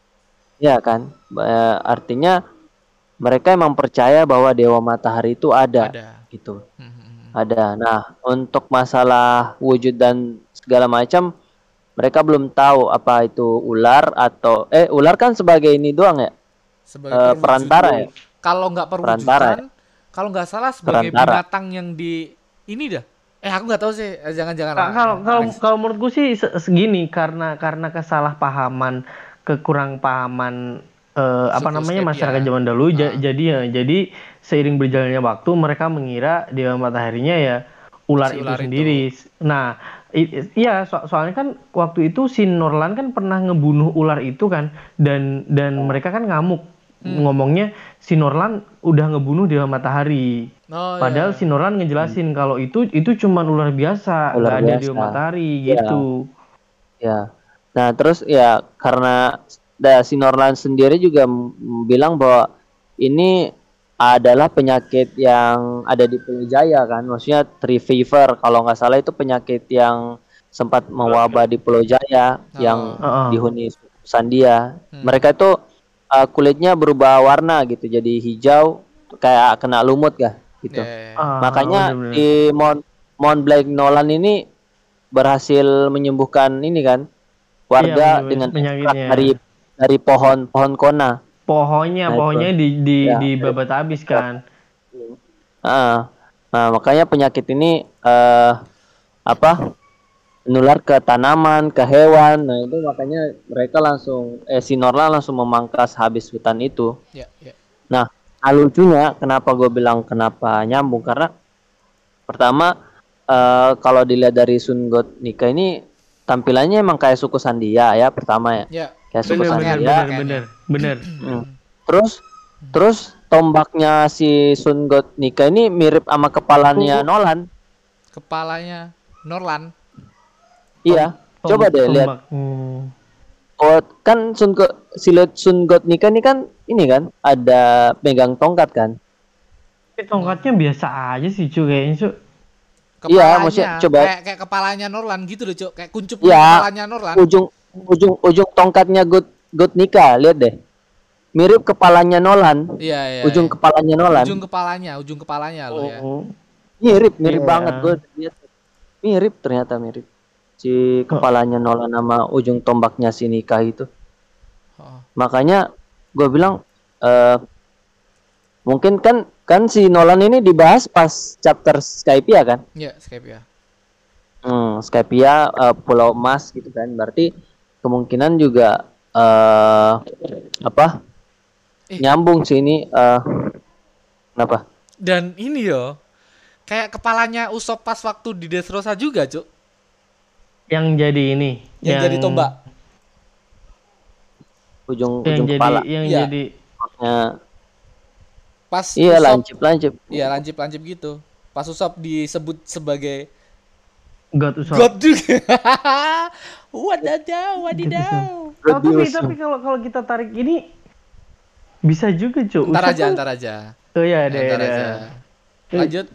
Ya kan, Ba- artinya mereka emang percaya bahwa Dewa Matahari itu ada, Ada. gitu, Hmm, hmm, hmm. ada. Nah, untuk masalah wujud dan segala macam, mereka belum tahu apa itu ular atau eh ular kan sebagai ini doang ya, Sebagai eh, perwujudan. perantara ya, Kalau nggak Perantara perwujudan, kalau nggak salah sebagai Perantara. binatang yang di ini dah. Eh aku nggak tahu sih, Eh, jangan-jangan. Ka- Kalau kalau kalau menurut gue sih se- segini karena karena kesalahpahaman, kekurangpahaman eh, apa Suku namanya Skepia. masyarakat zaman dahulu ja- Ah. jadi ya jadi seiring berjalannya waktu mereka mengira Dewa Mataharinya ya ular Si itu ular itu. sendiri. Nah, i- i- iya so- soalnya kan waktu itu si Norlan kan pernah ngebunuh ular itu kan dan dan mereka kan ngamuk. Hmm. Ngomongnya si Norlan udah ngebunuh Dewa Matahari. Oh, Padahal iya. si Norlan ngejelasin kalau itu itu cuma ular biasa, Ular nggak ada biasa. Dewa Matahari Iya. gitu. ya. Nah, terus ya karena da, si Norlan sendiri juga m- bilang bahwa ini adalah penyakit yang ada di Pulau Jaya kan, maksudnya tree fever kalau nggak salah itu penyakit yang sempat mewabah di Pulau Jaya yang Heeh. dihuni Sandia. Hmm. Mereka itu uh, kulitnya berubah warna gitu, jadi hijau kayak kena lumut kah gitu. Ya, ya, ya. Ah, Makanya bener-bener. di Mount Mount Black Nolan ini berhasil menyembuhkan ini kan warga Iya, dengan penyakitnya. ekstrak dari dari pohon pohon kona. Pohonnya, Nah, pohonnya di di Ya. di babat habis kan. Ah, nah makanya penyakit ini eh apa menular ke tanaman, ke hewan. Nah itu makanya mereka langsung eh si Norlan langsung memangkas habis hutan itu. Ya, ya. Nah, hal lucunya kenapa gue bilang kenapa nyambung karena pertama eh, kalau dilihat dari Sun God Nika ini tampilannya emang kayak suku Sandia ya pertama ya, Ya. kayak suku Bener bener Sandia. Sandia. bener bener bener. Hmm. Terus terus tombaknya si Sun God Nika ini mirip sama kepalanya Nolan. Kepalanya Norlan. Iya, Tom- coba deh lihat. tombak. Hmm. Oh, kan Sun God siluet Sun God Nika ini kan ini kan ada pegang tongkat kan? Tapi tongkatnya biasa aja sih cuy kayaknya cuy. Iya, Kepalanya maksudnya coba- kayak kayak kepalanya Norlan gitu loh, Cok. Kayak kuncup Iya. kepalanya Norlan. Ujung ujung ujung tongkatnya God God Nika, lihat deh. Mirip kepalanya Nolan. Iya, iya. Ujung iya. kepalanya Nolan. ujung kepalanya, ujung kepalanya loh ya. Oh. Mirip, mirip Iya. banget gue lihat. Mirip ternyata mirip. Si kepalanya Nolan sama ujung tombaknya si Nika itu. Oh. Makanya gue bilang eh mungkin kan kan si Nolan ini dibahas pas chapter Skypiea kan? Ya, Skype ya. Hmm, Skypiea eh, Pulau Emas gitu kan. Berarti kemungkinan juga eh apa? Eh. Nyambung sih ini eh kenapa? Dan ini yo, kayak kepalanya Usopp pas waktu di Dressrosa juga, Cuk. Yang jadi ini. Yang, jadi tombak. Ujung Yang ujung jadi kepala. yang Iya. jadi Ya, Pas iya Usopp, lancip lancip. iya lancip-lancip gitu. Pas Usopp disebut sebagai God Usopp. God juga. Wadidaw, wadidaw. Oh, tapi tapi kalau kalau kita tarik ini bisa juga, Cuk. Ntar Usopp aja, kan- ntar aja. Oh iya, ada Ntar ada. aja. Lanjut.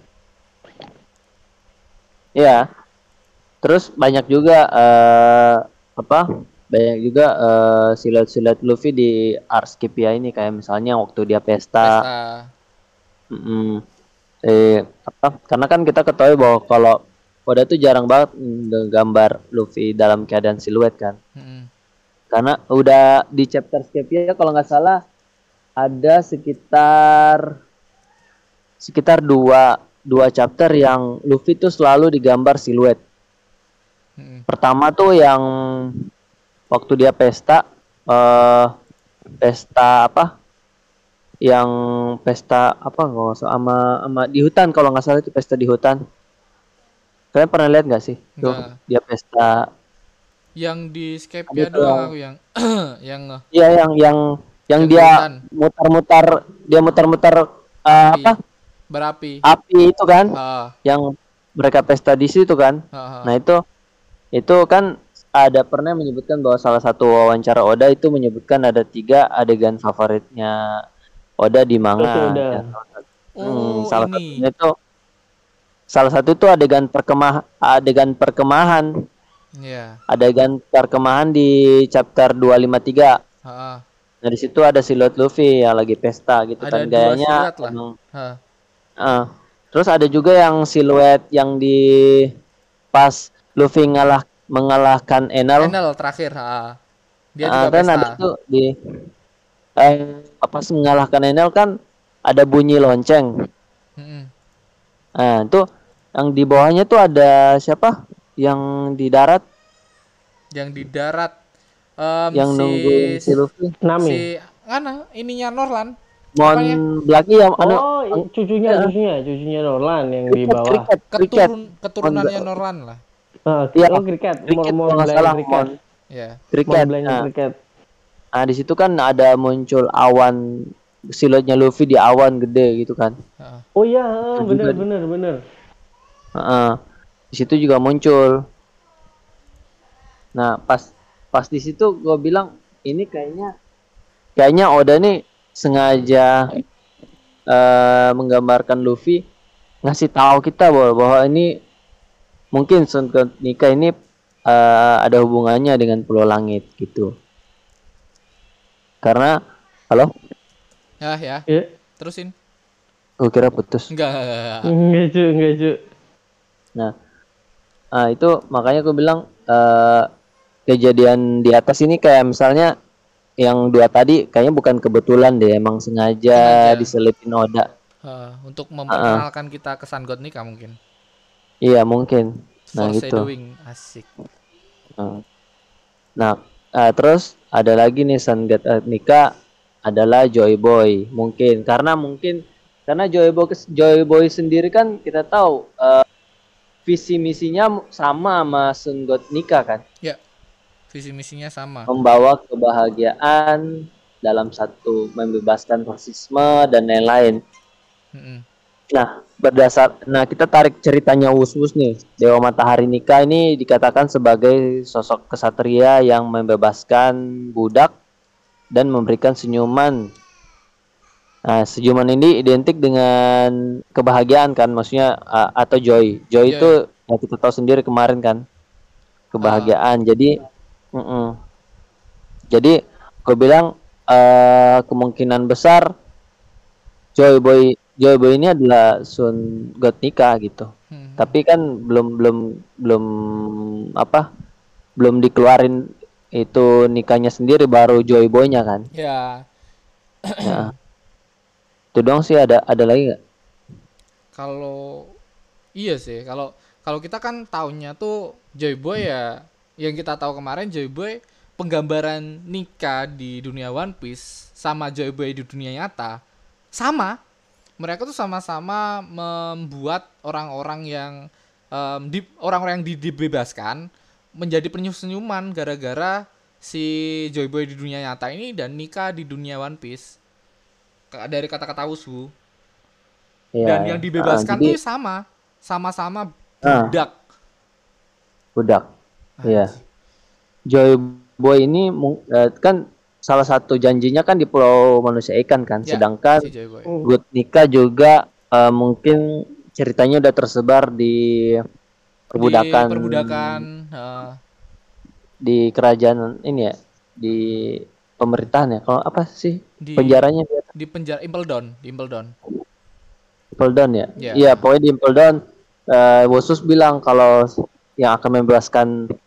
Ya. Terus banyak juga eh apa? Banyak juga eh silat-silat Luffy di Ars Skypiea ini kayak misalnya waktu dia pesta. Pesta. Mm-mm. Eh apa? Karena kan kita ketahui bahwa kalau Oda tuh jarang banget gambar Luffy dalam keadaan siluet kan. Mm-mm. Karena udah di chapter Skypiea kalau nggak salah ada sekitar sekitar dua dua chapter yang Luffy tuh selalu digambar siluet. Mm-mm. Pertama tuh yang waktu dia pesta eh pesta apa? Yang pesta apa nggak usah sama sama di hutan kalau nggak salah itu pesta di hutan. Kalian pernah lihat nggak sih? Tuh Nggak. dia pesta. Yang di Skype Ada ya tuh doang yang- aku yang yang eh, Iya yang yang yang Yang dia di hutan. mutar-mutar dia mutar-mutar eh, Api. apa? berapi. Api itu kan Ah, yang mereka pesta di situ kan. ah, ah. Nah itu itu kan ada pernah menyebutkan bahwa salah satu wawancara Oda itu menyebutkan ada tiga adegan favoritnya Oda di manga. Oke, Oda. Ya, Oh, hmm, salah ini. satunya itu salah satu itu adegan perkemah adegan perkemahan Iya. adegan perkemahan di chapter dua lima tiga. Ah, ah. Nah di situ ada siluet Luffy yang lagi pesta gitu Ada kan dua gayanya. siluet lah. emang, Ah. ah. Terus ada juga yang siluet yang di pas Luffy ngalah mengalahkan Enel. Enel terakhir. Ah. Dia Ah, juga kan pesta. ada tuh di eh pas mengalahkan Enel kan ada bunyi lonceng. Mm-mm. Nah, itu yang di bawahnya tuh ada siapa? Yang di darat Yang di darat em, yang si, nungguin si Luffy. Nami. si mana ininya Norlan. Mon Apanya? Blacky yang anu Oh, i- cucunya, cucunya, cucunya Norlan yang di bawah. kriket, kriket. Keturun keturunannya Norlan lah. Ah, Iya. oh, kriket, mau Kriket mau kalau nggak belain salah kriket. Mon Ya. Mau kriket. belain Nah, kriket. nah, di situ kan ada muncul awan siluetnya Luffy di awan gede gitu kan. Ah. Oh iya, Itu bener juga- bener bener. Heeh. Di situ juga muncul. Nah, pas pas di situ gue bilang ini kayaknya kayaknya Oda nih sengaja eh, menggambarkan Luffy ngasih tahu kita bahwa bahwa ini mungkin Sun Nika ini eh, ada hubungannya dengan Pulau Langit gitu. Karena halo, Ya, ya. Ya, Terusin. gue kira putus. Enggak, enggak, enggak. enggak cu, enggak cu. Nah, ah, itu makanya gue bilang eh, kejadian di atas ini kayak misalnya yang dua tadi kayaknya bukan kebetulan deh, emang sengaja, Sengaja. diselipin Oda. Ah, untuk memperkenalkan kita ke Sun God Nika mungkin. Iya mungkin. Nah gitu. Foreshadowing, asik. Nah, nah eh, terus ada lagi nih Sun God Nika adalah Joy Boy mungkin karena mungkin karena Joy Boy Joy Boy sendiri kan kita tahu eh, visi misinya sama sama Sun God Nika kan. Ya. Visi misinya sama. Membawa kebahagiaan dalam satu membebaskan rasisme dan lain-lain. Mm-mm. Nah, berdasar nah kita tarik ceritanya Wus-Wus nih. Dewa Matahari Nika ini dikatakan sebagai sosok kesatria yang membebaskan budak dan memberikan senyuman. Nah, senyuman ini identik dengan kebahagiaan kan, maksudnya uh, atau joy. Joy Joy. itu ya kita tahu sendiri kemarin kan. Kebahagiaan. Jadi mm-mm. Jadi gue bilang uh, kemungkinan besar Joy Boy Joy Boy ini adalah Sun God Nika gitu. Hmm. Tapi kan belum belum belum apa? Belum dikeluarin itu nikahnya sendiri baru Joy Boy-nya kan. Ya, Ya. Itu dong sih ada ada lagi nggak? kalau iya sih, kalau kalau kita kan taunya tuh Joy Boy ya, yang kita tahu kemarin Joy Boy penggambaran nikah di dunia One Piece sama Joy Boy di dunia nyata sama. Mereka tuh sama-sama membuat orang-orang yang em, di orang-orang yang di- dibebaskan menjadi penyuh-senyuman gara-gara si Joy Boy di dunia nyata ini dan nikah di dunia One Piece. Ka- Dari kata-kata Usu. Iya. Dan yang Ah, dibebaskan jadi tuh sama, sama-sama ah, budak. budak. Iya. Joy Boy ini mung- eh, kan salah satu janjinya kan di Pulau Manusia Ikan kan. Ya, Sedangkan si Joy Boy. Good Nika juga eh, mungkin ceritanya udah tersebar di perbudakan Di perbudakan eh, di kerajaan ini ya, di pemerintahan ya. Kalau apa sih di penjaranya dia? di penjara Impel Down, di Impel Down. Impel Down ya? Ya. Iya, pokoknya di Impel Down eh Wosus bilang kalau yang akan membebaskan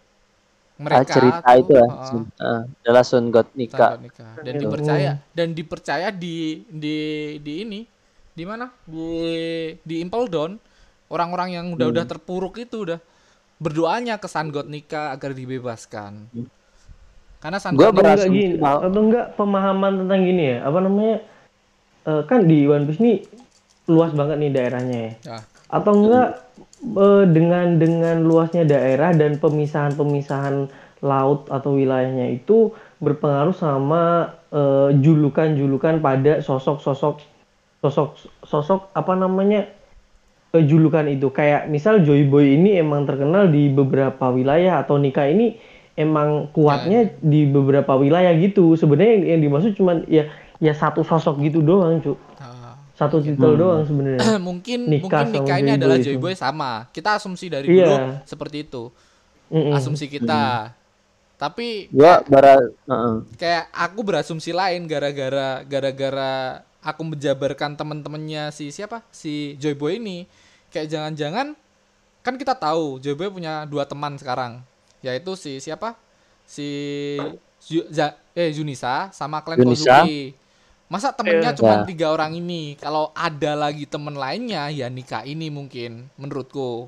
ah, Mereka cerita tuh itu ya eh, Sun- eh, adalah Sun God Nika. tanggal nikah dan Gitu. dipercaya dan dipercaya di di di ini di mana di di Impel Down orang-orang yang udah udah terpuruk itu udah berdoanya ke Sun God Nika agar dibebaskan karena Sun Gua God Atau Nika enggak berasumsi gini, bahwa atau enggak pemahaman tentang gini ya, apa namanya? eh, kan di One Piece nih luas banget nih daerahnya ya. ya, Atau enggak eh, dengan dengan luasnya daerah dan pemisahan-pemisahan laut atau wilayahnya itu berpengaruh sama eh, julukan-julukan pada sosok-sosok sosok sosok apa namanya eh, julukan itu. Kayak misal Joy Boy ini emang terkenal di beberapa wilayah atau Nika ini emang kuatnya di beberapa wilayah gitu. Sebenarnya yang, yang dimaksud cuman ya ya satu sosok gitu doang, Cuk. ah, Satu titel doang sebenarnya. mungkin Nikah mungkin sama nikah ini Joy adalah Boy Joy itu. Boy sama kita asumsi dari Iya. dulu seperti itu Mm-mm. asumsi kita tapi gua kayak bara heeh. kayak aku berasumsi lain gara-gara gara-gara aku menjabarkan teman-temannya si siapa si Joy Boy ini kayak jangan-jangan kan kita tahu Joy Boy punya dua teman sekarang yaitu si siapa si Zu- Za- eh Junisa sama Clan Junisa. Kozuki masa temennya Iya. cuma Ya. tiga orang ini kalau ada lagi temen lainnya ya nikah ini mungkin menurutku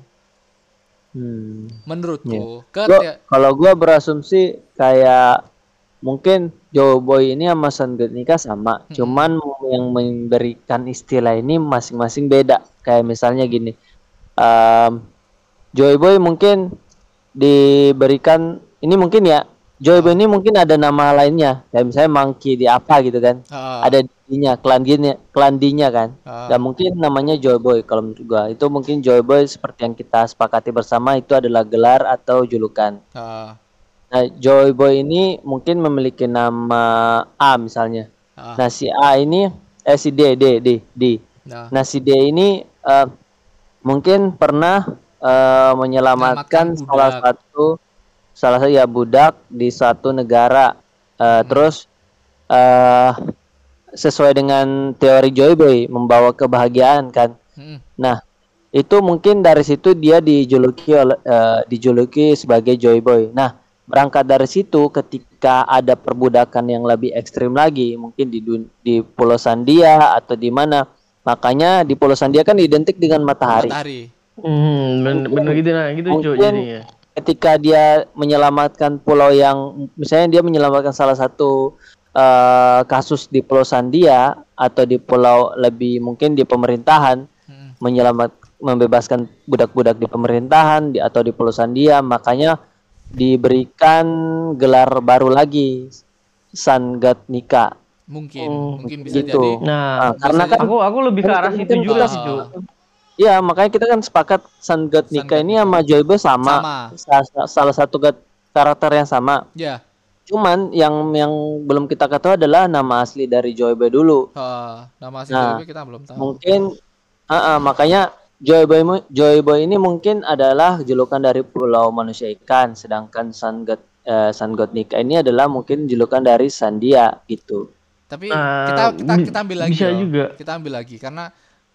Hmm. menurutku Gua, Ket- kalau gua berasumsi kayak mungkin Joe Boy ini sama Sun God Nika sama, Mm-mm. cuman yang memberikan istilah ini masing-masing beda. Kayak misalnya gini, um, Joy Boy mungkin diberikan ini mungkin ya, Joy Boy ini mungkin ada nama lainnya, kayak misalnya Monkey di apa gitu kan, Ah, ada dinya, klan dinya, klan dinya kan. ah, Dan mungkin namanya Joy Boy kalau menurut gua. Itu mungkin Joy Boy seperti yang kita sepakati bersama itu adalah gelar atau julukan. ah, Nah, Joy Boy ini mungkin memiliki nama A misalnya. ah. Nah, si A ini eh si D D D D. Nah, Nah, si D ini eh, mungkin pernah eh, menyelamatkan Menyelamatkan salah budak. satu salah satu ya budak di suatu negara. Eh, Terus eh sesuai dengan teori Joy Boy membawa kebahagiaan kan. mm, Nah, itu mungkin dari situ dia dijuluki oleh eh, dijuluki sebagai Joy Boy. Nah, berangkat dari situ ketika ada perbudakan yang lebih ekstrim lagi, mungkin di dun- di Pulau Sandia atau di mana. Makanya di Pulau Sandia kan identik dengan matahari. matahari. Hmm, bener, bener gitu nah, gitu Cuk Mungkin jadinya. ketika dia menyelamatkan pulau yang misalnya dia menyelamatkan salah satu eh, kasus di Pulau Sandia atau di pulau lebih mungkin di pemerintahan Mm, menyelamat membebaskan budak-budak di pemerintahan di, atau di Pulau Sandia, makanya diberikan gelar baru lagi Sun God Nika. mungkin, Oh, mungkin bisa gitu. jadi. Nah, Nah, karena bisa kan aku aku lebih ke arah situ juga kita- sih, Cuk. iya, makanya kita kan sepakat Sun God Sun Nika God ini Nika. sama Joy Boy sama, Sama. Sa- salah satu god karakter yang sama. Ya, Cuman yang yang belum kita ketahui adalah nama asli dari Joy Boy dulu. ah, nama si Nah, Joy Boy kita belum tahu. Mungkin ah, ah, makanya Joy Boy mu- Joy Boy ini mungkin adalah julukan dari Pulau Manusia Ikan, sedangkan Sun God eh, Sun God Nika ini adalah mungkin julukan dari Sandia gitu. Tapi Nah, kita kita bi- kita ambil lagi bisa yo. juga. Kita ambil lagi karena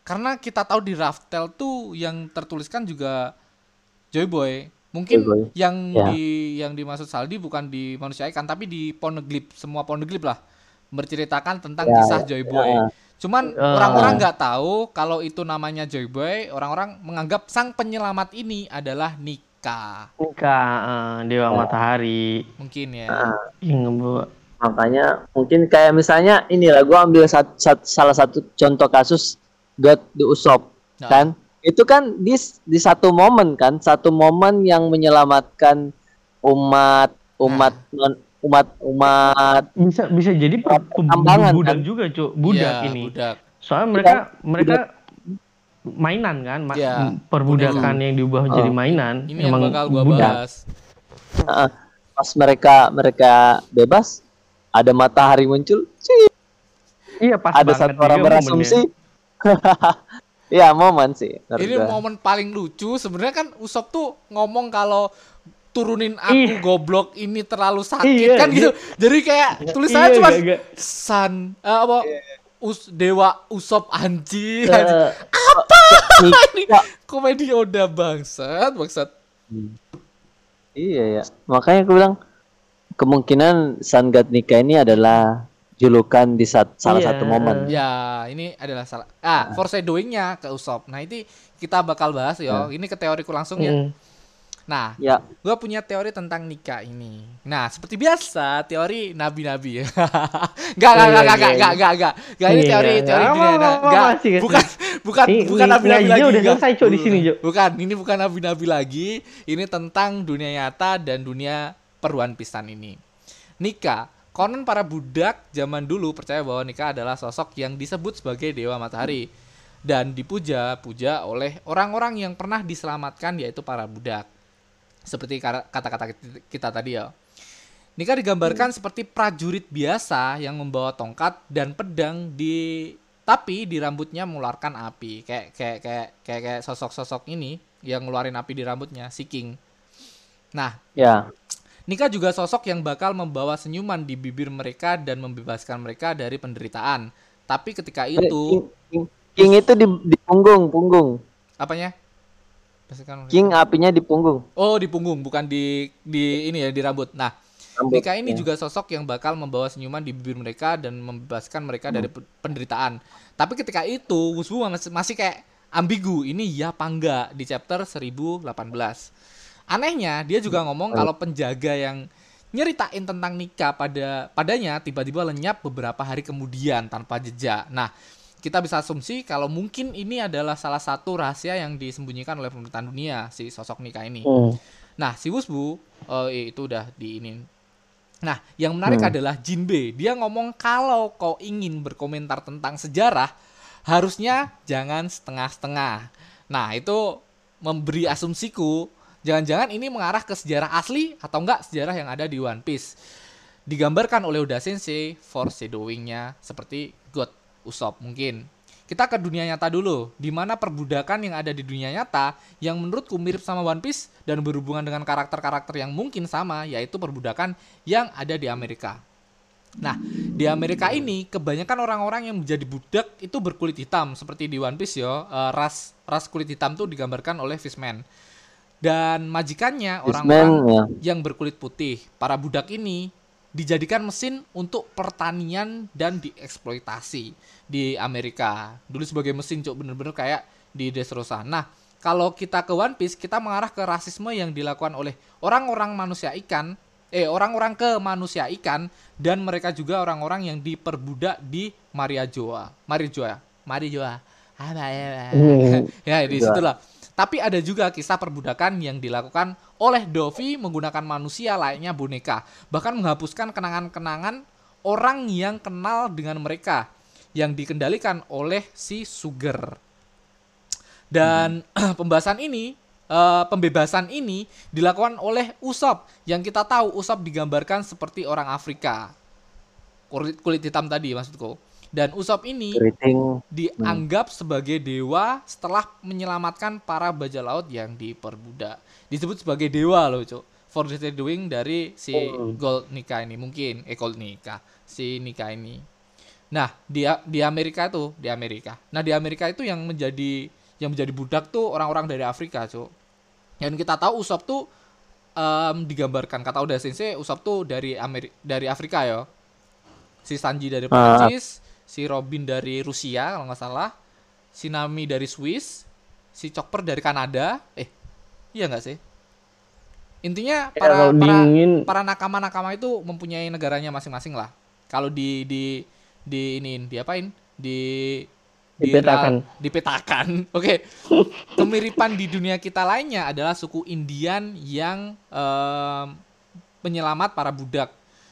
karena kita tahu di Raftel tuh yang tertuliskan juga Joy Boy. Mungkin Joy Boy. yang Ya. di yang dimaksud Saldi bukan di Manusia Ikan tapi di Poneglyph, semua Poneglyph lah menceritakan tentang Ya, kisah Joy Boy. ya. Cuman Ah. orang-orang nggak tahu kalau itu namanya Joy Boy, orang-orang menganggap sang penyelamat ini adalah Nika. Nika, eh, Dewa Matahari Mungkin ya. Nah, yang ngebawa. makanya mungkin kayak misalnya inilah gua ambil sat- sat- salah satu contoh kasus God the Usopp Nah. kan itu kan di di satu momen kan satu momen yang menyelamatkan umat umat non- umat umat Bisa bisa jadi pe- pe- Pertambangan, budak kan? juga, Cuk. Budak Iya, ini. budak. Soalnya mereka mereka mainan kan, ma- Iya, perbudakan boneka. yang diubah Oh. menjadi mainan. Ini yang bakal gua budak. bahas. Heeh. Pas mereka mereka bebas ada matahari muncul cing, Iya pas ada banget satu orang juga berasumsi ya momen sih menurut Ini gua. momen paling lucu sebenarnya kan Usopp tuh ngomong kalau turunin aku Ih. goblok ini terlalu sakit Iya, kan gitu. Jadi kayak tulisannya Iya, cuma gak- gak. San eh, apa Us, Dewa Usopp anjing. Eh, anjing. Nika- Ini komedi Oda bangsat, bangsat. Iya ya, makanya aku bilang kemungkinan Sun God Nika ini adalah julukan di sat- salah Iya. satu momen. Ya, ini adalah salah. Ah, foreshadowing-nya ke Usopp. Nah, ini kita bakal bahas ya. Ini ke teoriku langsung ya. mm. Nah, Ya, gue punya teori tentang nikah ini. Nah, seperti biasa, teori nabi-nabi. Gak, gak, Iya, gak, iya, gak, iya. gak, gak, gak. Gak, ini Iya, teori, iya. teori Apa, dunia. apa, Nah, apa, Gak, masih, masih. bukan, bukan, Ini- bukan ini nabi-nabi ngajinya lagi. udah Gak. selesai, Cok, di sini, Cok. Bukan, ini bukan nabi-nabi lagi. Ini tentang dunia nyata dan dunia peruan pisan ini. Nika, konon para budak zaman dulu percaya bahwa Nika adalah sosok yang disebut sebagai Dewa Matahari. Dan dipuja-puja oleh orang-orang yang pernah diselamatkan, yaitu para budak. Seperti kata-kata kita tadi ya. Nika digambarkan seperti prajurit biasa yang membawa tongkat dan pedang di tapi di rambutnya mengeluarkan api. Kayak kayak kayak kayak, kayak sosok-sosok ini yang ngeluarin api di rambutnya, si King. Nah, ya. Nika juga sosok yang bakal membawa senyuman di bibir mereka dan membebaskan mereka dari penderitaan. Tapi ketika King, itu King, King itu di, di punggung, punggung. apanya? Pastikan- King apinya di punggung. Oh, di punggung, bukan di di ini ya, di rambut. Nah, Rambut, Nika ini ya. juga sosok yang bakal membawa senyuman di bibir mereka dan membebaskan mereka dari pe- penderitaan. Tapi ketika itu, Wusbu masih, masih kayak ambigu, ini ya apa enggak di chapter seribu delapan belas. Anehnya, dia juga ngomong kalau penjaga yang nyeritain tentang Nika pada padanya tiba-tiba lenyap beberapa hari kemudian tanpa jejak. Nah, kita bisa asumsi kalau mungkin ini adalah salah satu rahasia yang disembunyikan oleh pemerintahan dunia, si sosok Nika ini. Mm. Nah, si Wusbu eh, itu udah diinin. Nah, yang menarik Hmm. adalah Jinbe. Dia ngomong kalau kau ingin berkomentar tentang sejarah, harusnya jangan setengah-setengah. Nah, itu memberi asumsiku, jangan-jangan ini mengarah ke sejarah asli atau enggak sejarah yang ada di One Piece. Digambarkan oleh Oda Sensei, foreshadowing-nya seperti God Usopp mungkin. Kita ke dunia nyata dulu, di mana perbudakan yang ada di dunia nyata yang menurutku mirip sama One Piece dan berhubungan dengan karakter-karakter yang mungkin sama, yaitu perbudakan yang ada di Amerika. Nah, di Amerika ini kebanyakan orang-orang yang menjadi budak itu berkulit hitam seperti di One Piece ya. Eh, ras ras kulit hitam tuh digambarkan oleh Fishman. Dan majikannya orang-orang Fishman, ya. yang berkulit putih. Para budak ini dijadikan mesin untuk pertanian dan dieksploitasi di Amerika. Dulu sebagai mesin, cok, bener-bener kayak di Dressrosa. Nah, kalau kita ke One Piece, kita mengarah ke rasisme yang dilakukan oleh orang-orang manusia ikan, eh orang-orang ke manusia ikan, dan mereka juga orang-orang yang diperbudak di Mariajoa. Mariajoa. Mariajoa. Apa ya? Hmm. Ya, di situlah. Tapi ada juga kisah perbudakan yang dilakukan oleh Dovi menggunakan manusia layaknya boneka. Bahkan menghapuskan kenangan-kenangan orang yang kenal dengan mereka yang dikendalikan oleh si Sugar. Dan pembahasan ini, eh, pembebasan ini dilakukan oleh Usopp. Yang kita tahu Usopp digambarkan seperti orang Afrika. Kulit, kulit hitam tadi maksudku. Dan Usopp ini Keriting. dianggap sebagai dewa setelah menyelamatkan para bajak laut yang diperbudak. Disebut sebagai dewa loh, Cuk. Foreshadowing dari si Hmm. Gold Nika ini mungkin, eh Gold Nika, si Nika ini. Nah, di di Amerika itu, di Amerika. Nah, di Amerika itu yang menjadi yang menjadi budak tuh orang-orang dari Afrika, Cuk. Dan kita tahu Usopp tuh um, digambarkan kata Oda Sensei, Usopp tuh dari Ameri- dari Afrika ya. Si Sanji dari Ah, Prancis, si Robin dari Rusia kalau nggak salah, si Nami dari Swiss, si Chopper dari Kanada. Eh, iya nggak sih? Intinya Ya para kalau para dingin para nakama-nakama itu mempunyai negaranya masing-masing lah. Kalau di di di iniin, diapain? Di di real dipetakan. dipetakan. Oke. Kemiripan di dunia kita lainnya adalah suku Indian yang em, penyelamat para budak.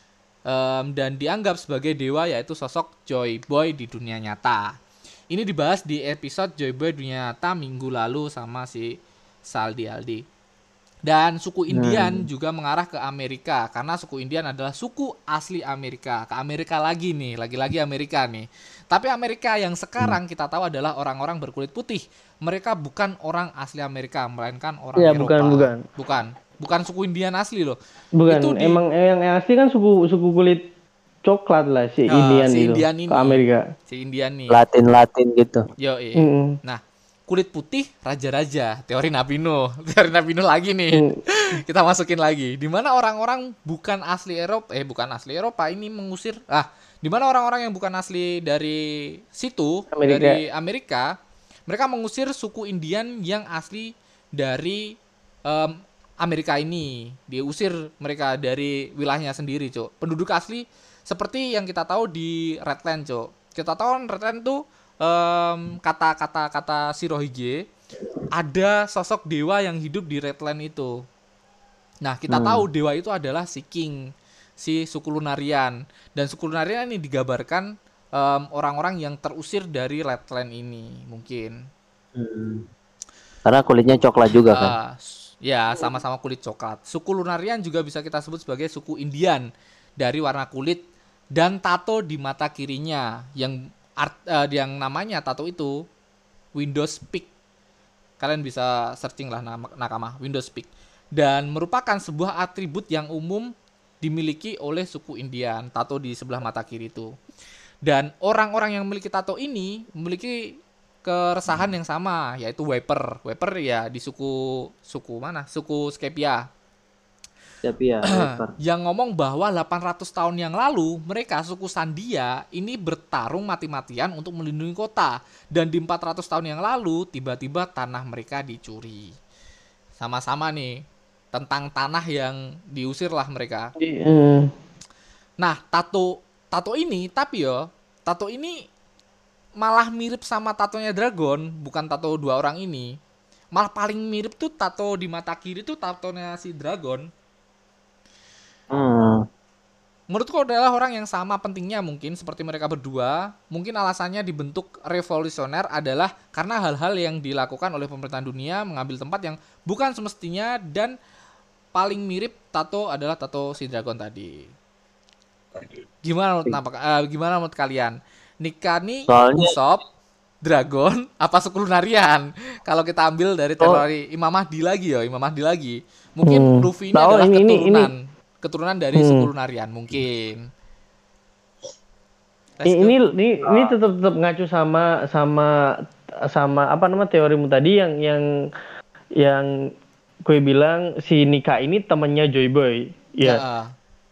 Em, dan dianggap sebagai dewa yaitu sosok Joy Boy di dunia nyata. Ini dibahas di episode Joy Boy dunia nyata minggu lalu sama si Saldi Aldi. Dan suku Indian hmm. juga mengarah ke Amerika karena suku Indian adalah suku asli Amerika. Ke Amerika lagi nih, lagi-lagi Amerika nih. Tapi Amerika yang sekarang kita tahu adalah orang-orang berkulit putih. Mereka bukan orang asli Amerika, melainkan orang Ya bukan Eropa. bukan Bukan, bukan suku Indian asli loh. Itu bukan. di Emang yang, yang asli kan suku suku kulit coklat lah si eh, Indian si itu Indian ke ini, Amerika. si Indian nih. Latin-Latin gitu. Yo, Mm-mm. nah, kulit putih raja-raja, teori Nabi Nuh. Teori Nabi Nuh lagi nih. Mm. Kita masukin lagi. Di mana orang-orang bukan asli Eropa, eh bukan asli Eropa ini mengusir ah, di mana orang-orang yang bukan asli dari situ, Amerika. dari Amerika, mereka mengusir suku Indian yang asli dari em, Amerika ini. Diusir mereka dari wilayahnya sendiri, Cok. Penduduk asli seperti yang kita tahu di Redland, Cok. Kita tahu kan Redland tuh em, kata-kata kata Shirohige ada sosok dewa yang hidup di Redland itu. Nah, kita Hmm. tahu dewa itu adalah si King, si suku Lunarian. Dan suku Lunarian ini digambarkan em, orang-orang yang terusir dari Redland ini, mungkin. Hmm. Karena kulitnya coklat juga kan. Ah, s- ya, sama-sama kulit coklat. Suku Lunarian juga bisa kita sebut sebagai suku Indian dari warna kulit dan tato di mata kirinya yang art eh, yang namanya tato itu Windows Peak. Kalian bisa searching lah nama nakama Windows Peak dan merupakan sebuah atribut yang umum dimiliki oleh suku Indian, tato di sebelah mata kiri itu. Dan orang-orang yang memiliki tato ini memiliki keresahan yang sama, yaitu Wiper. Wiper ya di suku suku mana? Suku Scepia. Tapi ya, Wiper. Yang ngomong bahwa delapan ratus tahun yang lalu mereka suku Sandia ini bertarung mati-matian untuk melindungi kota dan di empat ratus tahun yang lalu tiba-tiba tanah mereka dicuri. Sama-sama nih tentang tanah yang diusir lah mereka. Di- eh, Nah, tato tato ini tapi yo, tato ini malah mirip sama tatonya Dragon, bukan tato dua orang ini. Malah paling mirip tuh tato di mata kiri tuh tatonya si Dragon. Hmm. Menurutku adalah orang yang sama pentingnya mungkin seperti mereka berdua. Mungkin alasannya dibentuk revolusioner adalah karena hal-hal yang dilakukan oleh pemerintahan dunia mengambil tempat yang bukan semestinya dan paling mirip tato adalah tato si Dragon tadi. Gimana menurut, nampak- eh, gimana menurut kalian? Nikah nih Soalnya- Usopp, Dragon, apa suku Lunarian? Kalau kita ambil dari teori Imam Mahdi lagi ya, Imam Mahdi lagi. Mungkin Hmm. Luffy ini Oh, adalah ini- ini- keturunan keturunan dari Hmm. suku Lunarian mungkin. Let's i- go. ini ini ini tetap tetap ngacu sama sama sama apa nama teorimu tadi yang yang yang gue bilang si Nika ini temennya Joy Boy. Ya, Ya. eh.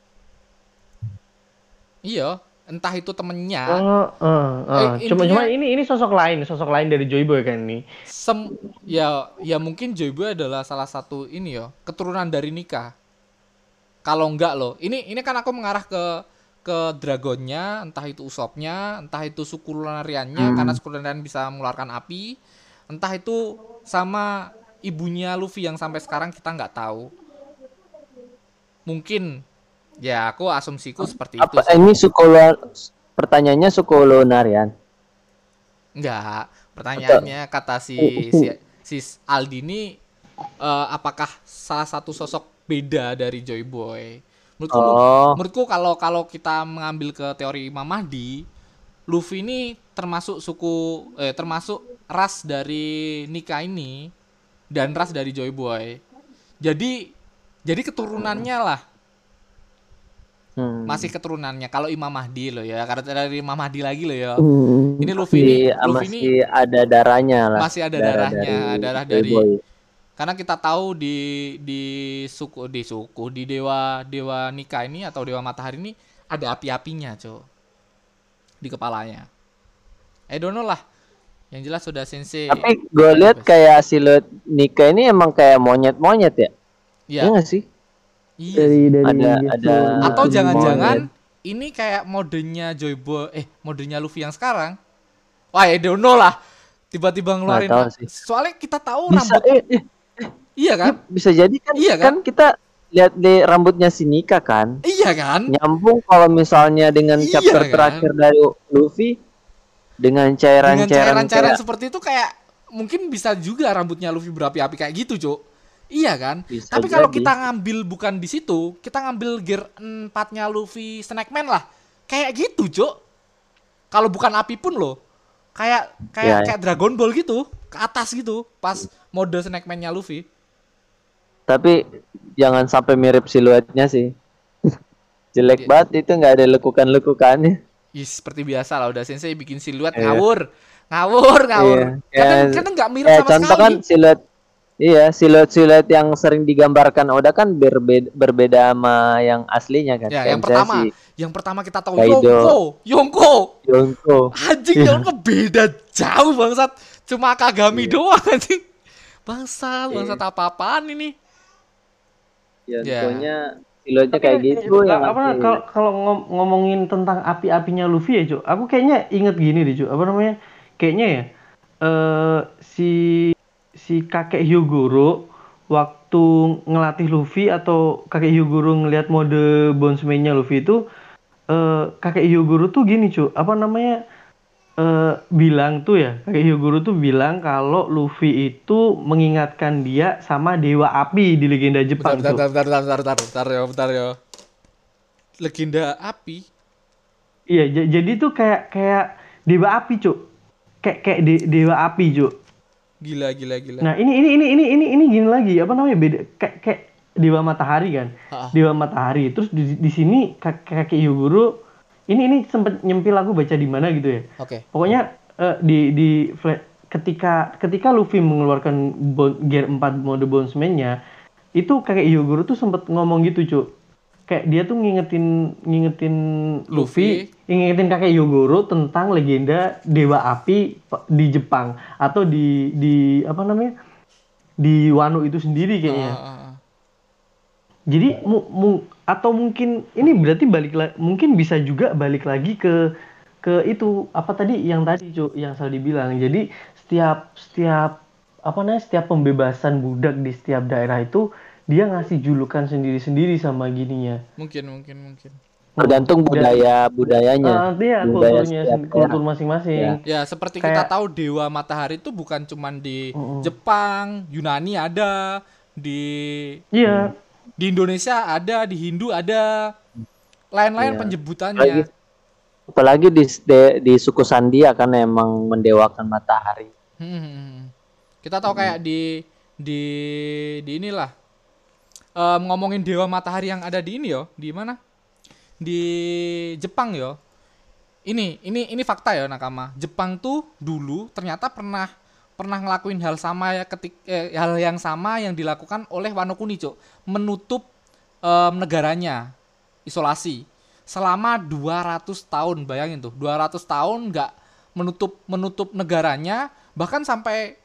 Iya, entah itu temennya. Oh, eh, eh. Eh, cuma intinya- cuma ini ini sosok lain, sosok lain dari Joy Boy kan ini. Sem ya ya mungkin Joy Boy adalah salah satu ini ya keturunan dari Nika. Kalau enggak loh, ini ini kan aku mengarah ke ke Dragonnya, entah itu Usoppnya, entah itu suku Lunariannya Hmm. karena suku Lunarian bisa mengeluarkan api, entah itu sama ibunya Luffy yang sampai sekarang kita nggak tahu. Mungkin ya aku asumsiku seperti itu Apa sih. ini suku Lu- pertanyaannya suku Lunarian? Enggak, pertanyaannya kata si si, si Aldi ini eh, apakah salah satu sosok beda dari Joy Boy? Menurutku, Oh. menurutku kalau kalau kita mengambil ke teori Imam Mahdi, Luffy ini termasuk suku eh termasuk ras dari Nika ini dan ras dari Joy Boy. Jadi jadi keturunannya lah. Hmm. Masih keturunannya. Kalau Imam Mahdi loh ya, karena dari Imam Mahdi lagi loh ya. Hmm. Ini Luffy ini, Masih, Luffy ini masih ada darahnya lah. masih ada Darah darahnya, dari darah Joy dari Boy. karena kita tahu di di suku di suku di dewa dewa Nika ini atau dewa matahari ini ada api-apinya, Cok. Di kepalanya. I don't know lah. Yang jelas sudah sensei. Tapi gue lihat kayak siluet Nika ini emang kayak monyet-monyet ya. Iya. Iya nggak sih? Iya. Dari sih. dari Ada- gestur ada- Atau gestur jangan-jangan monyet. ini kayak modenya Joy Boy, eh modenya Luffy yang sekarang. Wah, I don't know lah. Tiba-tiba ngeluarin. Nggak tahu sih. Soalnya kita tahu Bisa, rambut. eh, eh, Iya kan? bisa jadi kan? Iya kan? Kan kita lihat di rambutnya si Nika kan. Iya kan? Nyambung kalau misalnya dengan Iya chapter kan? terakhir dari Luffy dengan Dengan cairan-cairan cairan-cairan kayak- seperti itu kayak mungkin bisa juga rambutnya Luffy berapi-api kayak gitu, Cuk. Iya kan? Bisa Tapi kalau jadi. kita ngambil bukan di situ, kita ngambil gear empatnya Luffy Snackman lah. Kayak gitu, Cuk. Kalau bukan api pun loh. Kayak kayak Ya, ya. kayak Dragon Ball gitu, ke atas gitu pas mode Snackman-nya Luffy. Tapi jangan sampai mirip siluetnya sih. Jelek Iya. banget itu, nggak ada lekukan-lekukannya. Ih, seperti biasa lah udah sensei bikin siluet Iya. ngawur. Ngawur, ngawur. Iya. Kadang Ya, kadang nggak mirip Eh, sama contoh sekali. kan siluet, iya siluet-siluet yang sering digambarkan Oda kan berbeda, berbeda sama yang aslinya kan. Ya, Kayak yang misalnya pertama, si yang pertama kita tahu Kaido. Yonko, Yonko. Yonko. Anjing, Iya. Yonko beda jauh bangsat. Cuma Kagami Iya. doang anjing. Bangsat, Iya. bangsat apa-apaan ini? Yonkonya siluetnya Tapi kayak ini- gitu ini- yang apa asli. kalau kalau ngom- ngomongin tentang api-apinya Luffy ya, Cuk. Aku kayaknya inget gini deh, Cuk. Apa namanya? Kayaknya ya eh si si kakek Hyogoro waktu ngelatih Luffy atau kakek Hyogoro ngelihat mode bondsman-nya Luffy itu eh kakek Hyogoro tuh gini, Cuk. Apa namanya? eh bilang tuh ya, kakek Hyogoro tuh bilang kalau Luffy itu mengingatkan dia sama dewa api di legenda Bentar, Jepang, bentar, Cuk. bentar, bentar, bentar, bentar, bentar, ya, bentar ya. Legenda api. Iya, j- jadi tuh kayak kayak dewa api, Cuk. Kayak kayak de- dewa api, Cuk. Gila, gila, gila. Nah, ini ini ini ini ini ini gini lagi, apa namanya? Beda kayak kayak dewa matahari kan. Ha-ha. Dewa matahari. Terus di di sini kak- kakek Hyogoro ini ini sempet nyempil aku baca di mana gitu ya. Oke. Pokoknya eh, di di fla- ketika ketika Luffy mengeluarkan bon- gear empat mode bondsman-nya, itu kakek Hyogoro tuh sempet ngomong gitu, Cuk. Kayak dia tuh ngingetin ngingetin Luffy. Luffy, ngingetin kakek Hyogoro tentang legenda dewa api pe- di Jepang atau di di apa namanya? Di Wano itu sendiri kayaknya. Ah, ah, ah. Jadi mu, mu- atau mungkin ini berarti balik la- mungkin bisa juga balik lagi ke ke itu apa tadi yang tadi Cuk, yang Saldi bilang. Jadi setiap setiap apa namanya setiap pembebasan budak di setiap daerah itu dia ngasih julukan sendiri-sendiri sama gininya. Mungkin, mungkin, mungkin. Tergantung budaya budayanya. Ah, iya, Budaya kulturnya setiap sen- kultur daerah. masing-masing. Ya. Ya, seperti kita Kayak- tahu Dewa Matahari itu bukan cuman di Mm-mm. Jepang, Yunani ada, di Iya. di Indonesia ada, di Hindu ada, lain-lain Iya. penyebutannya. Apalagi, apalagi di, di di suku Sandia kan emang mendewakan matahari. Hmm. Kita tahu kayak di di di inilah Em, ngomongin Dewa Matahari yang ada di ini yo, di mana? Di Jepang yo. Ini ini ini fakta ya Nakama. Jepang tuh dulu ternyata pernah pernah ngelakuin hal sama ya ketik eh, hal yang sama yang dilakukan oleh Wano Kuni, Cuk. Menutup em, negaranya, isolasi selama dua ratus tahun. Bayangin tuh, dua ratus tahun nggak menutup menutup negaranya, bahkan sampai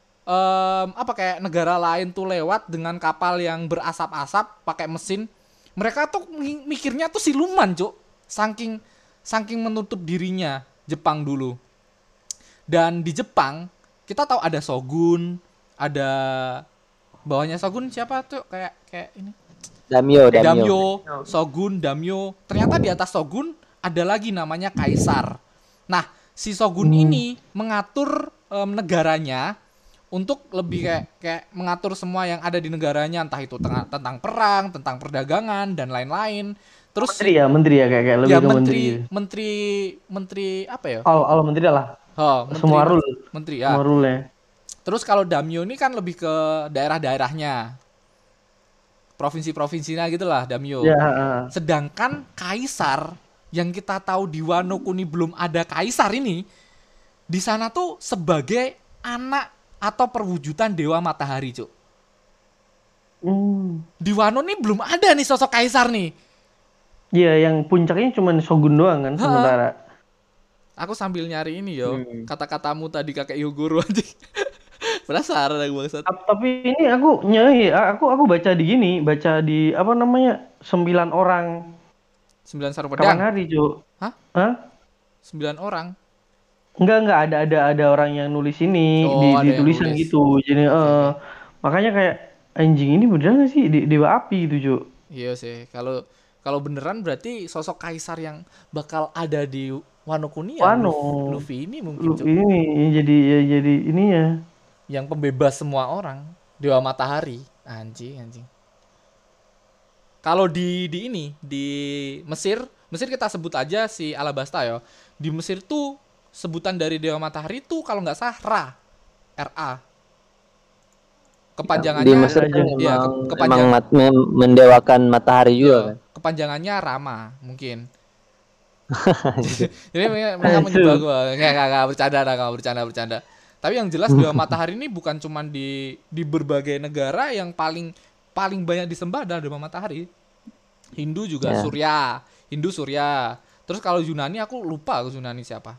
em, apa kayak negara lain tuh lewat dengan kapal yang berasap-asap pakai mesin. Mereka tuh mi- mikirnya tuh siluman, Cuk. Saking saking menutup dirinya Jepang dulu. Dan di Jepang kita tahu ada shogun, ada bawahnya shogun siapa tuh kayak kayak ini. Damyo, Damyo. Damyo, shogun, damyo. Ternyata di atas shogun ada lagi namanya kaisar. Nah, si shogun ini mengatur em, negaranya untuk lebih kayak kayak mengatur semua yang ada di negaranya, entah itu tengah- tentang perang, tentang perdagangan dan lain-lain. Terus Menteri ya, menteri ya kayak kayak lebih ya ke menteri, menteri. menteri, menteri apa ya? All, all menteri lah. Oh, menteri, Semua rule. menteri ya. Semua rule ya. Terus kalau Damyo ini kan lebih ke daerah-daerahnya. provinsi-provinsinya gitulah Damio. Ya, uh. Sedangkan kaisar yang kita tahu di Wano Kuni belum ada kaisar ini, di sana tuh sebagai anak atau perwujudan dewa matahari, Cuk. Hmm. Di Wano nih belum ada nih sosok kaisar nih. Iya, yang puncaknya cuma Shogun doang kan, Ha. sementara. Aku sambil nyari ini yo, Hmm. kata-katamu tadi kakek Yogoro aja. Penasaran aku bangsat. Tap- Tapi ini aku nyai, aku aku baca di gini, baca di apa namanya sembilan orang Sembilan sarung kapan pedang. hari, Cuk? Hah? Hah? Sembilan orang. Enggak enggak ada ada ada orang yang nulis ini Oh, di ada di yang tulisan nulis. gitu. Jadi Oke, eh, oke. makanya kayak anjing ini beneran nggak sih di- dewa api gitu, Cuk? Iya sih. Kalau kalau beneran berarti sosok kaisar yang bakal ada di Wano Kuni ya Wano. Luffy, Luffy ini mungkin, Lu Cuk. ini jadi ya, jadi ininya. Yang pembebas semua orang, dewa matahari. Anjing, anjing. Kalau di di ini di Mesir, Mesir kita sebut aja si Alabasta ya. Di Mesir tuh sebutan dari dewa matahari tuh kalau nggak salah Ra, R A. Kepanjangannya Di Mesir kan Iya, iya, emang, ke- kepanjang- emang mat- mem- mendewakan matahari juga iya, kan. kepanjangannya Rama mungkin. Jadi mereka, mereka menyembah gua. Nggak, nggak, nggak, bercanda, nggak, bercanda, bercanda. Tapi yang jelas dewa matahari ini bukan cuman di di berbagai negara yang paling paling banyak disembah adalah dewa matahari. Hindu juga Ya. Surya, Hindu Surya. Terus kalau Yunani aku lupa aku Yunani siapa.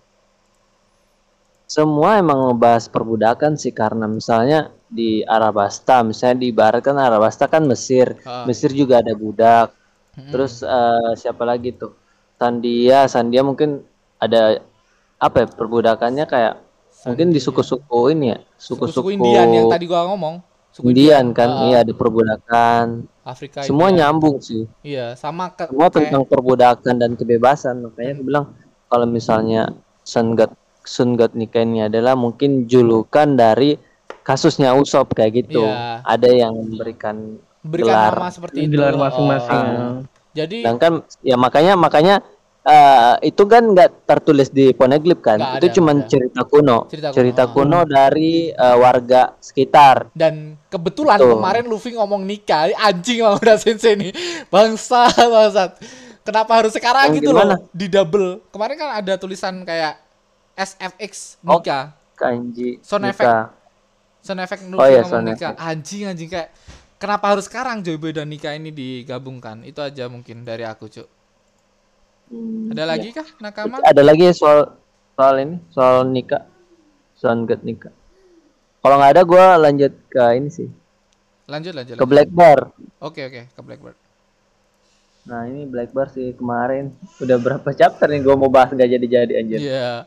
Semua emang ngebahas perbudakan sih, karena misalnya di Arabasta, misalnya diibaratkan Arabasta kan Mesir, Ah. Mesir juga ada budak. Mm-mm. Terus eh, siapa lagi tuh? Sandia, Sandia mungkin ada apa ya, perbudakannya kayak mungkin di Sandia. suku-suku ini ya, Suku-suku suku-suku Indian yang tadi gua ngomong. Suku Indian kan, Ah, iya ada perbudakan. Afrika Semua Indian. nyambung sih. Iya, sama ke, Semua kayak- tentang perbudakan dan kebebasan. Makanya aku bilang kalau misalnya Sun God Sun God Nika ini adalah mungkin julukan dari kasusnya Usop kayak gitu. Iya. Ada yang memberikan berikan gelar. nama seperti itu. Gelar Oh, masing-masing. oh. Jadi Sedangkan ya makanya makanya eh, itu kan nggak tertulis di Poneglyph kan. Nggak Itu ada, cuma nggak ada. cerita kuno. Cerita kuno, Cerita ah. kuno dari eh, warga sekitar. dan kebetulan Betul. kemarin Luffy ngomong nikah, anjing lah udah sensei nih. Bangsa, bangsat. Kenapa harus sekarang Yang gitu gimana? loh? Di double. Kemarin kan ada tulisan kayak S F X Oh. nikah. Kanji. Sound Nika. effect. Sound effect Luffy Oh iya, ngomong sound nikah. Anjing, anjing kayak kenapa harus sekarang Joyboy dan nikah ini digabungkan? Itu aja mungkin dari aku, Cuk. Hmm, Ada ya. lagi kah Nakama? Ada lagi soal soal ini, soal nikah, Sun God nikah. Kalau nggak ada, gue lanjut ke ini sih, Lanjut, lanjut. ke lanjut. Black Bar. Oke, oke, ke Blackbird. Nah ini Black Bar sih kemarin udah berapa chapter nih gue mau bahas nggak jadi-jadi anjir. Iya.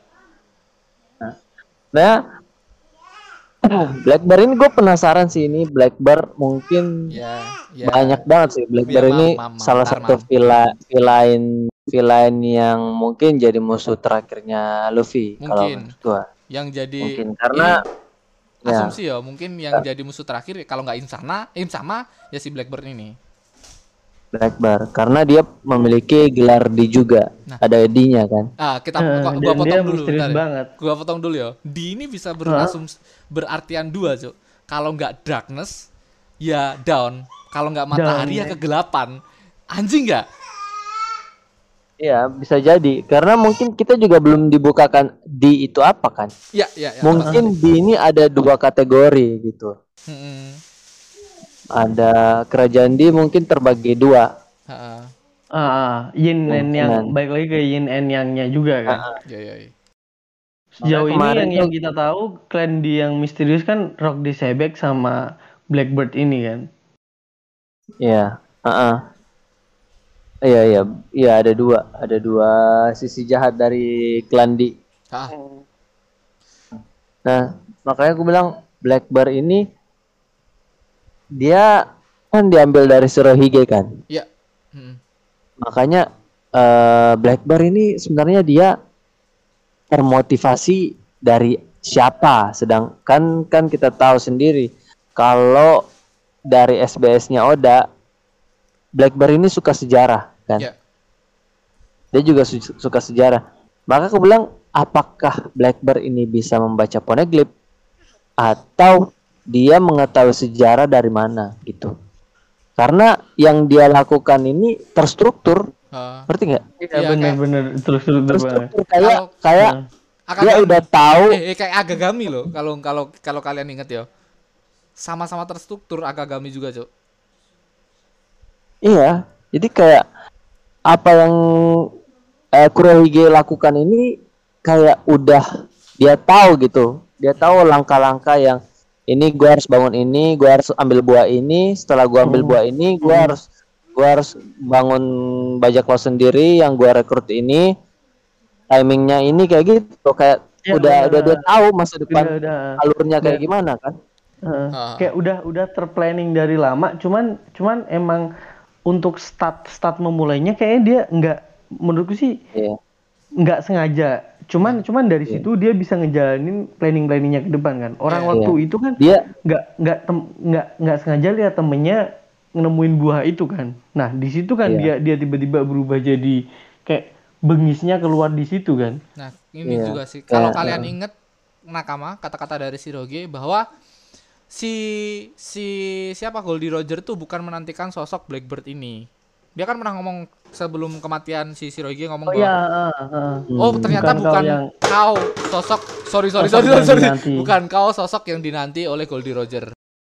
Nah Black Bar ini gue penasaran sih, ini Black Bar mungkin Iya, iya. banyak banget sih. Black Iya, Bar mam, ini mam, mam, salah ntar, satu mam. villa villain villain yang mungkin jadi musuh terakhirnya Luffy kalau Mungkin. menurut gue. Yang jadi Mungkin karena ini ya. asumsi ya, mungkin yang jadi musuh terakhir kalau nggak Insana, eh, sama ya si Blackbird ini. Black Bar karena dia memiliki gelar D juga. Nah. Ada D-nya kan. Ah, kita Eh, gua, gua dan dia potong dulu. misterius bentar ya. banget. Gua potong dulu ya. D ini bisa berasums berartian dua, Cuk. Kalau nggak darkness, ya down. Kalau nggak matahari ya ya. kegelapan. Anjing nggak? Iya, bisa jadi. Karena mungkin kita juga belum dibukakan D itu apa kan. Ya, ya, ya. Mungkin D ini ada dua kategori gitu. Mm-mm. Ada kerajaan D mungkin terbagi dua. Ha-ha. Ah, yin and yang Kemungkinan. baik lagi ke yin and yang-nya juga kan. Ya, ya, ya. Sejauh ini Makanya yang kemarin yang tuh- kita tahu klan di yang misterius kan Rock D Sebek sama Blackbird ini kan. Iya, heeh. Iya, iya, iya ada dua, ada dua sisi jahat dari klan D. Ah, Nah, makanya aku bilang Black Bar ini dia kan diambil dari Shirohige kan. ya. Mm-mm. Makanya eh, Black Bar ini sebenarnya dia termotivasi dari siapa? Sedangkan kan kita tahu sendiri kalau dari S B S-nya Oda, Black Bar ini suka sejarah kan. Ya. Dia juga su- suka sejarah. Maka aku bilang, apakah Black Bar ini bisa membaca poneglyph atau dia mengetahui sejarah dari mana gitu. Karena yang dia lakukan ini terstruktur, Ah. ngerti nggak? Iya Iya, benar-benar terus terus banget. Terstruktur kayak Kalau- kayak Nah. dia Akagami. udah tahu. Eh, eh, kayak Agagami loh. Kalau kalau kalau kalian inget ya. Sama-sama terstruktur Akagami juga, Cuk. Iya, jadi kayak apa yang eh, Kurohige lakukan ini kayak udah dia tahu gitu. Dia tahu langkah-langkah yang ini gua harus bangun ini, gua harus ambil buah ini, setelah gua ambil Hmm. buah ini, gua harus gua harus bangun bajak laut sendiri yang gua rekrut ini, timingnya ini kayak gitu. Kayak Ya, udah udah, udah dia tahu masa depan udah, udah. alurnya kayak Udah. gimana kan? Heeh. Ah. Kayak udah udah terplanning dari lama, cuman cuman emang untuk start start memulainya kayaknya dia nggak, menurutku sih Iya. nggak sengaja. Cuman cuman dari Iya. situ dia bisa ngejalanin planning planningnya ke depan kan. Orang Iya. waktu Iya. itu kan Dia nggak nggak tem- nggak nggak sengaja lihat temennya nemuin buah itu kan. Nah di situ kan Iya. dia dia tiba-tiba berubah jadi kayak bengisnya keluar di situ kan. Nah, ini Iya. juga sih. Kalau Kayak, kalian uh, inget Nakama, kata-kata dari Shiroge bahwa si si siapa Goldie Roger tuh bukan menantikan sosok Blackbird ini. Dia kan pernah ngomong sebelum kematian si Shiroge ngomong Oh bahwa ya, ah, ah. oh Hmm. ternyata Bukan bukan, kau yang- kau sosok sorry sorry Sosok sorry yang sorry dinanti. bukan kau sosok yang dinanti oleh Goldie Roger.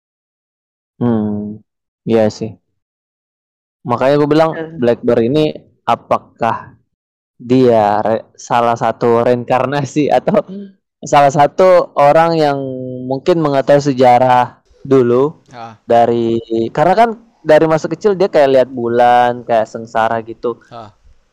Hmm, iya sih. Makanya gue bilang Ya. Blackbird ini apakah dia re- salah satu reinkarnasi atau salah satu orang yang mungkin mengetahui sejarah dulu Ah, dari, karena kan dari masa kecil dia kayak lihat bulan, kayak sengsara gitu. ah,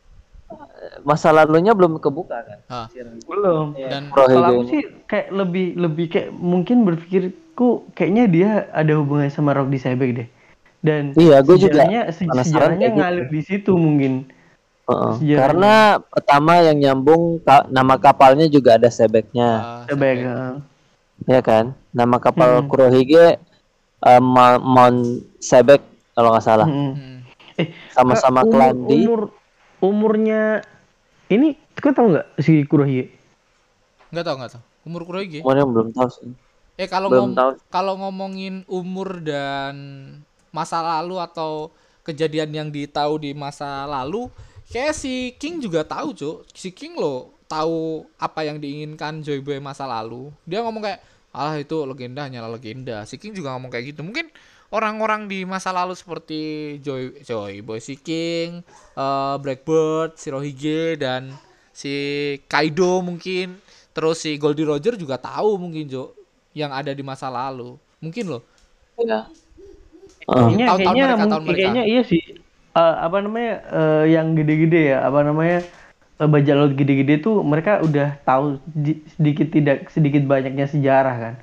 Masa lalunya belum kebuka kan? ah. Belum. Dan Kurohige Kalau aku ini. sih kayak lebih lebih kayak mungkin berpikirku kayaknya dia ada hubungannya sama Rock di Sebek deh. Dan Iya, gue juga sejarahnya se- penasaran sejarahnya kayak gitu. ngalir di situ mungkin. Heeh. Sejarahnya. Karena pertama yang nyambung ka- nama kapalnya juga ada sebeknya. ah, Sebek. Sebek. ah. Ya kan, nama kapal Hmm. Kurohige eh, Ma- Mount Sebek kalau nggak salah, Mm-mm. Hmm. Eh, sama-sama Kak, umur, Klandi. umur umurnya ini kau tahu nggak si Kurohige? Nggak tahu nggak tahu. Umur Kurohige. Umurnya belum tahu sih. Eh kalau Belum ngom- tahu. kalau ngomongin umur dan masa lalu atau kejadian yang ditahu di masa lalu, kayak si King juga tahu, Cuk. Si King lo tahu apa yang diinginkan Joy Boy masa lalu. Dia ngomong kayak, "Ah, itu legenda hanyalah legenda." Si King juga ngomong kayak gitu. Mungkin orang-orang di masa lalu seperti Joy Joy Boy, si King, eh, Blackbird, Shirohige dan si Kaido mungkin, terus si Goldie Roger juga tahu mungkin, Jo, yang ada di masa lalu. Mungkin loh. Ya. Kayaknya Tahun-tahun kayaknya mereka, tahun mungkin mereka. kayaknya iya sih. Eh, apa namanya eh, yang gede-gede ya, apa namanya eh, bajak laut gede-gede tuh mereka udah tahu di- sedikit tidak sedikit banyaknya sejarah kan.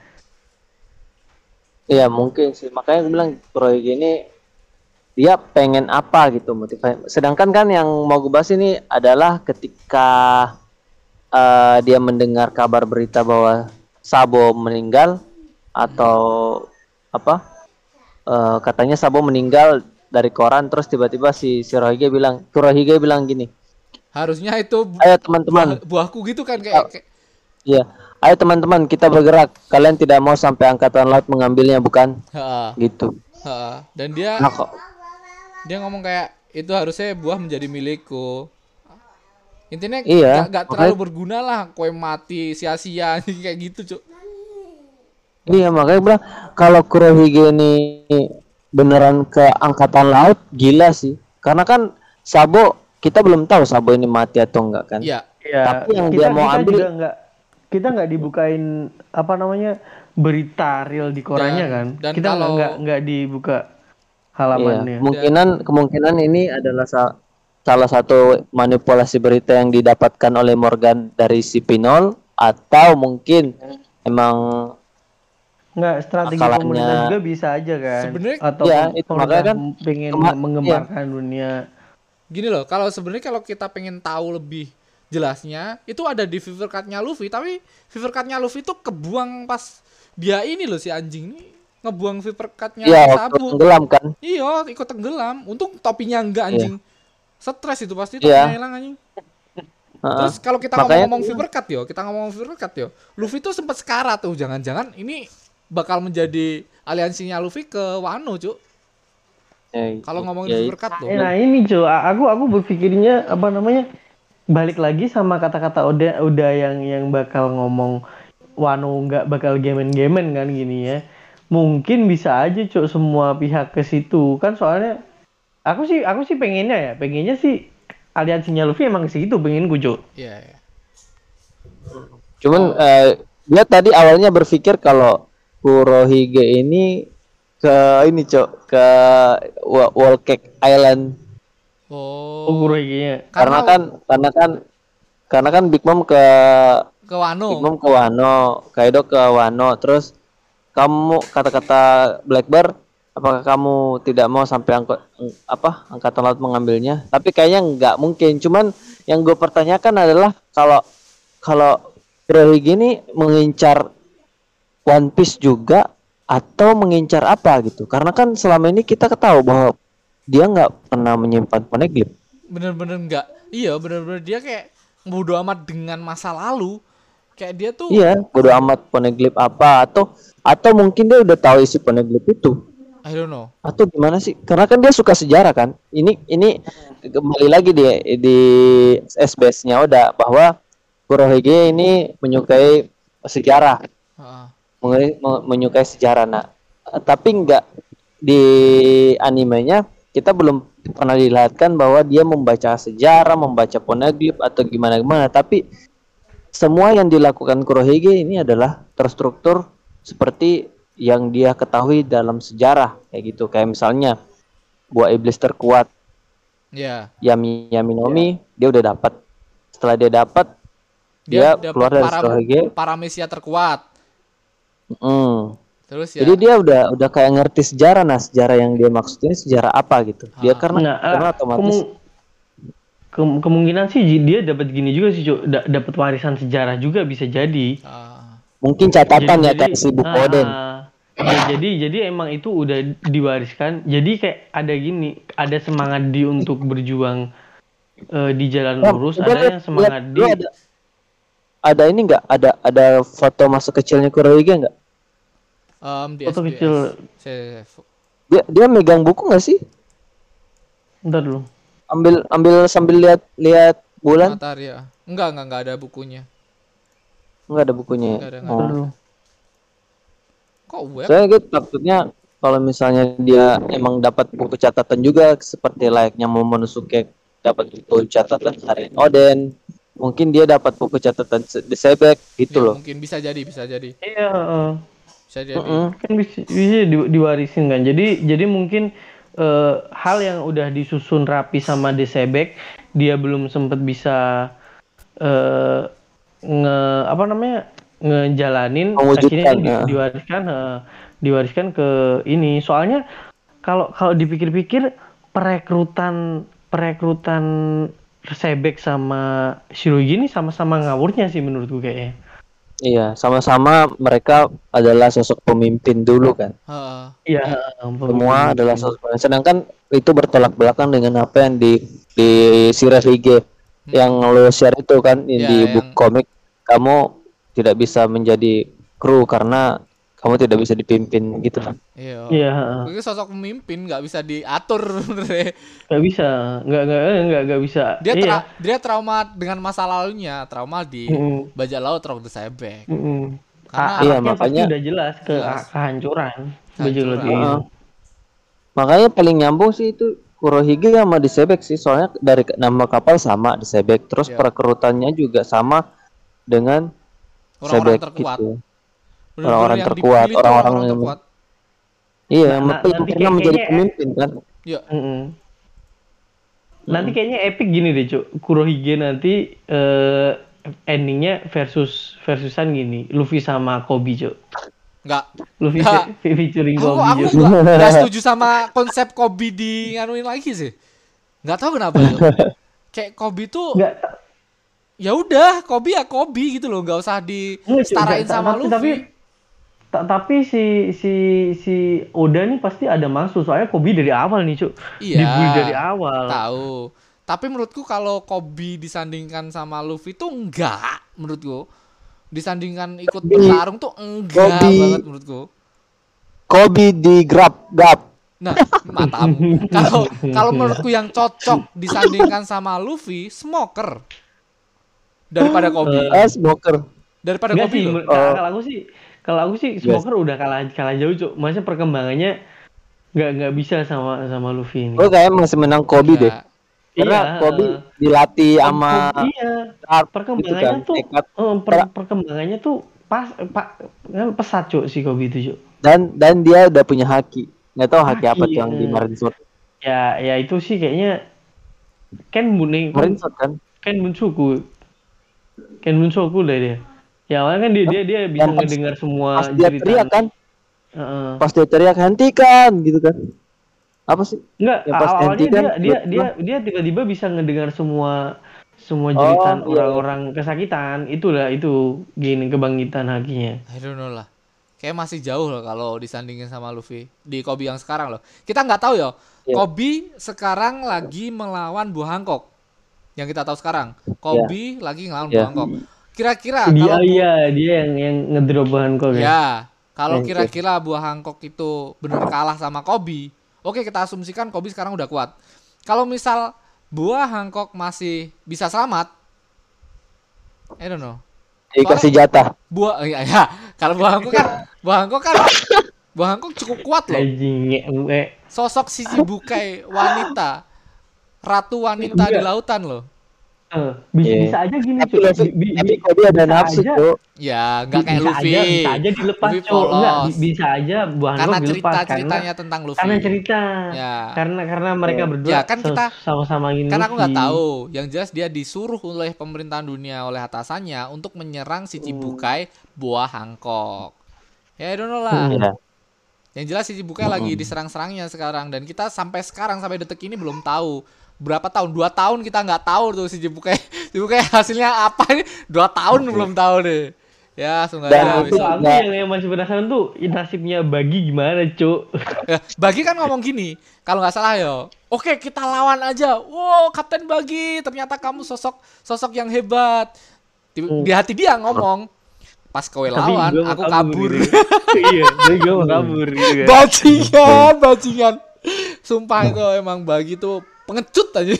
Iya mungkin sih. Makanya gue bilang Kurohige ini dia pengen apa gitu motivasi. Sedangkan kan yang mau gue bahas ini adalah ketika eh, dia mendengar kabar berita bahwa Sabo meninggal atau apa? Eh, katanya Sabo meninggal dari koran, terus tiba-tiba si Shirohige bilang, Kurohige bilang gini, Harusnya itu bu- ayo teman-teman, buah- buahku gitu kan kayak, kayak iya, ayo teman-teman kita bergerak. Kalian tidak mau sampai angkatan laut mengambilnya bukan? ha, Gitu. ha. Dan dia Nah kok, dia ngomong kayak itu harusnya buah menjadi milikku. Intinya Iya, gak, gak terlalu berguna lah, kue mati sia-sia kayak gitu, Cuk. iya makanya bilang kalau Kurohige ini beneran ke angkatan laut gila sih. Karena kan Sabo kita belum tahu Sabo ini mati atau enggak kan? Iya. Ya, Tapi yang kita, dia mau kita ambil- juga nggak kita nggak dibukain apa namanya berita real di korannya Dan- kan. dan kita nggak kalau- nggak nggak dibuka Iya, halamannya. kemungkinan kemungkinan ini adalah sa- salah satu manipulasi berita yang didapatkan oleh Morgan dari si Pinol, atau mungkin emang Nggak, strategi Akalannya- pemerintah juga bisa aja kan. Sebenarnya- atau Iya, pem- itu pemerintah makanya kan pengen kema- mengembangkan dunia. Gini loh, kalau sebenarnya kalau kita pengen tahu lebih jelasnya, itu ada di fever card-nya Luffy, tapi fever card-nya Luffy itu kebuang pas dia ini loh, si anjing ini ngebuang fever card-nya ya waktu Sabo. tenggelam kan. Iya, ikut tenggelam. Untung topinya enggak, anjing. Stres itu pasti Iya. topinya hilang, anjing. Heeh. Terus kalau kita Makanya- ngomong-ngomong fever card yo, kita ngomong fever card yo. Luffy tuh sempat sekarat tuh, jangan-jangan ini bakal menjadi aliansinya Luffy ke Wano, Cuk. Ya, Kalau ngomongin ya, supercut loh. Nah ini cuy, aku aku berpikirnya apa namanya, balik lagi sama kata-kata Oda udah yang yang bakal ngomong Wano nggak bakal gemen-gemen kan gini ya. Mungkin bisa aja cuy semua pihak ke situ kan, soalnya aku sih aku sih pengennya ya, pengennya sih aliansinya Luffy emang ke situ, pengen gue cuy. Iya, iya. Cuman Oh. eh, dia tadi awalnya berpikir kalau Kurohige ini ke ini cok ke Wa- Wall Cake Island Oh, Oh. Kurohige-nya. karena Karena kan karena kan karena kan Big Mom ke ke Wano. Big Mom ke Wano, Kaido ke Wano, terus kamu kata-kata Blackbird, apakah kamu tidak mau sampai angkut apa angkatan laut mengambilnya? Tapi kayaknya nggak mungkin. Cuman yang gue pertanyakan adalah kalau kalau Kurohige ini mengincar One Piece juga atau mengincar apa gitu? Karena kan selama ini kita ketahui bahwa dia nggak pernah menyimpan poneglyph. Bener-bener enggak. Iya, bener-bener dia kayak bodo amat dengan masa lalu. Kayak dia tuh Iya, bodo amat poneglyph apa atau atau mungkin dia udah tahu isi poneglyph itu. I don't know. Atau gimana sih? Karena kan dia suka sejarah kan. Ini ini kembali lagi di di S B S-nya Oda bahwa Kurohige ini menyukai sejarah, Heeh. mengenai- me- menyukai sejarah. Nah, eh, tapi enggak di animenya kita belum pernah dilihatkan bahwa dia membaca sejarah, membaca poneglyph atau gimana gimana. Tapi semua yang dilakukan Kurohige ini adalah terstruktur seperti yang dia ketahui dalam sejarah kayak gitu. Kayak misalnya buah iblis terkuat Iya. Yami Yaminomi dia udah dapat. Setelah dia dapat Dia, dia dapat keluar dari para Kurohige. paramesia terkuat. Mm. Terus ya. Jadi dia udah udah kayak ngerti sejarah. Nah, sejarah yang dia maksudnya sejarah apa gitu. Dia Ah. karena Nah, karena eh, otomatis kemu- ke- kemungkinan sih ji- dia dapat gini juga sih, Cuk. Da- dapat warisan sejarah juga bisa jadi. Ah. mungkin catatan ya jadi kayak si buku ah, Oden. ya, jadi jadi emang itu udah diwariskan. Jadi kayak ada gini, ada semangat di untuk berjuang eh, di jalan Oh, lurus, udah ada liat- yang semangat liat- di lu ada ada ini enggak? Ada ada foto masa kecilnya Kurohige enggak? Um, di Foto S B S. kecil. Se- Dia dia megang buku nggak sih? Bentar dulu. Ambil ambil sambil lihat lihat bulan? Matahari ya. Enggak, enggak, enggak ada bukunya. Enggak ada bukunya. Enggak ada, ya? enggak Bentar Oh. dulu. Kok web? Saya gitu takutnya kalau misalnya dia emang dapat buku catatan juga seperti layaknya Momonosuke dapat buku catatan harian Oden, mungkin dia dapat buku catatan se- The Sebek gitu Ya, loh. mungkin bisa jadi, bisa jadi. Iya, heeh. Bisa jadi. Mm-mm. Kan bisa, bisa di- diwarisin kan. Jadi jadi mungkin eh, hal yang udah disusun rapi sama Desebek dia belum sempat bisa eh, nge apa namanya ngejalanin, Mewujudkan, akhirnya di- ya. diwariskan eh, diwariskan ke ini. Soalnya kalau kalau dipikir-pikir perekrutan perekrutan Sebek sama Shirogi ini sama-sama ngawurnya sih menurutku kayaknya. Iya, sama-sama mereka adalah sosok pemimpin dulu kan. Heeh. Iya, Semua adalah sosok pemimpin. Sedangkan itu bertolak belakang dengan apa yang di di Sirah Lige yang lo share itu kan yang Ya, di yang- buku komik, kamu tidak bisa menjadi kru karena kamu tidak bisa dipimpin gitu kan. Iya. Iya, heeh. Itu sosok pemimpin nggak bisa diatur sebenarnya. Nggak bisa, nggak nggak eh, nggak nggak bisa. Dia iya. tra- dia trauma dengan masa lalunya, trauma di Mm-mm. bajak laut Rock the Sebek. Mm-mm. Karena- A- Iya, arahnya pasti makanya- udah jelas ke Jelas. kehancuran. Kehancuran. Bajak laut ini. Heeh. Makanya paling nyambung sih itu Kurohige sama Desebek sih, soalnya dari ke- nama kapal sama Desebek, terus Iya. perekrutannya juga sama dengan Orang-orang Sebek terkuat. gitu. Bener-bener Orang-orang yang terkuat, dipilih tuh orang-orang yang- terkuat. Iya, Nah, yang nah, penting nanti pernah kayak- menjadi kayaknya- pemimpin kan. Ya, Mm-mm. Nanti kayaknya epic gini deh, Cuk. Kurohige nanti eh, endingnya versus versusan gini, Luffy sama Kobe, Cuk. nggak. Luffy Nggak. fe- featuring Aku Kobe, aku Cuk. nggak nggak setuju sama konsep Kobe di nganuin lagi sih. Nggak tahu kenapa tuh. Kayak Kobe tuh Nggak, ya udah Kobe ya Kobe gitu loh, nggak usah nggak, Cuk. disetarain Ta- sama tapi, Luffy. Tapi, ta- tapi si si si Oda nih pasti ada maksud, soalnya Kobe dari awal nih, Cuk. Iya. Dibully dari awal. Tahu. Tapi menurutku kalau Kobe disandingkan sama Luffy tuh enggak menurutku. Disandingkan ikut Kobe- bertarung tuh enggak Kobe- banget menurutku. Kobe di grab gap Nah, matamu. Kalau kalau menurutku yang cocok disandingkan sama Luffy, Smoker daripada Kobe. Eh, smoker. Daripada Enggak Kobe sih, loh. men- Oh. kalau kalau aku sih, kalau aku sih Yes. Smoker udah kalah kalah jauh, Cuk. Maksudnya perkembangannya nggak nggak bisa sama sama Luffy ini. Gue kayaknya masih menang Kobe deh. Ya, Karena Iya, Kobe eh. dilatih Kom- sama kom- iya, Sharp gitu perkembangannya kan, tuh tekad. eh, per- perkembangannya tuh pas pak kan pesat, Cuk, si Kobe itu, Cuk. Dan dan dia udah punya haki. Nggak tahu haki apa Haki, tuh yang di eh. Marineford. Ya, ya itu sih kayaknya Ken Buning kan Marineford kan? Ken Bunsuku. Ken Bunsuku lah dia. Ya awalnya kan dia dia dia bisa Yang pas- ngedengar semua Pas dia cerita. teriak kan, Heeh. pas dia teriak hentikan gitu kan. Apa sih? Enggak, Ya, pas awalnya hentikan, dia dia tiba-tiba- dia dia tiba-tiba bisa ngedengar semua semua Oh, jeritan iya. orang-orang kesakitan. Itulah itu gini kebangkitan hakinya. I don't know lah. Kayak masih jauh loh kalau disandingin sama Luffy di Kobe yang sekarang loh. Kita nggak tahu ya. Iya. Kobe sekarang lagi melawan buah Hancock. Yang kita tahu sekarang. Kobe lagi ngelawan Iya. buah Hancock. Kira-kira Dia kalau Bu- iya dia yang yang ngedrop bahan kok ya. ya, kalau Iya, kira-kira buah Hancock itu benar kalah sama Kobe. Oke, kita asumsikan Kobe sekarang udah kuat. Kalau misal buah Hancock masih bisa selamat, I don't know. Dikasih jatah. Buah ya, ya. Kalau buah Hancock kan buah Hancock kan buah Hancock cukup kuat loh. Anjing nge- Sosok si Chichibukai wanita, ratu wanita di Enggak. lautan loh. eh, bisa Iya. bisa aja gini, Tapi Cuk. Luffy, Bi- bi- tapi bi- Kobe ada bisa nafsu aja. tuh. Ya, nggak kayak bisa Luffy. aja, bisa aja dilepas, Luffy Cuk. Enggak, polos. bi- bisa aja buah Karena Hancock dilepas cerita-ceritanya karena tentang Luffy. karena cerita. Ya. Karena karena mereka berdua Ya, kan se- kita- sama-sama ingin Kan aku nggak Luffy. tahu. Yang jelas dia disuruh oleh pemerintahan dunia oleh atasannya untuk menyerang si Chichibukai buah Hancock. Ya, I don't know lah. Iya. Yang jelas si Chichibukai lagi diserang-serangnya sekarang dan kita sampai sekarang sampai detik ini belum tahu berapa tahun, dua tahun kita nggak tahu tuh si Chichibukai. Chichibukai hasilnya apa ini? Dua tahun belum tahu deh. Ya, sungguh Dan aja itu bisa. Aku yang, yang masih penasaran tuh nasibnya Bagi gimana, Cuk? Ya, Bagi kan ngomong gini, kalau nggak salah yo. Oke, kita lawan aja. Wow, Kapten Bagi, ternyata kamu sosok sosok yang hebat. Di, di hati dia ngomong, pas kowe lawan, gua mau aku kabur. gitu. Iya, jadi gue mau kabur gitu kan. Bajingan, bajingan. Sumpah itu emang Bagi tuh pengecut aja.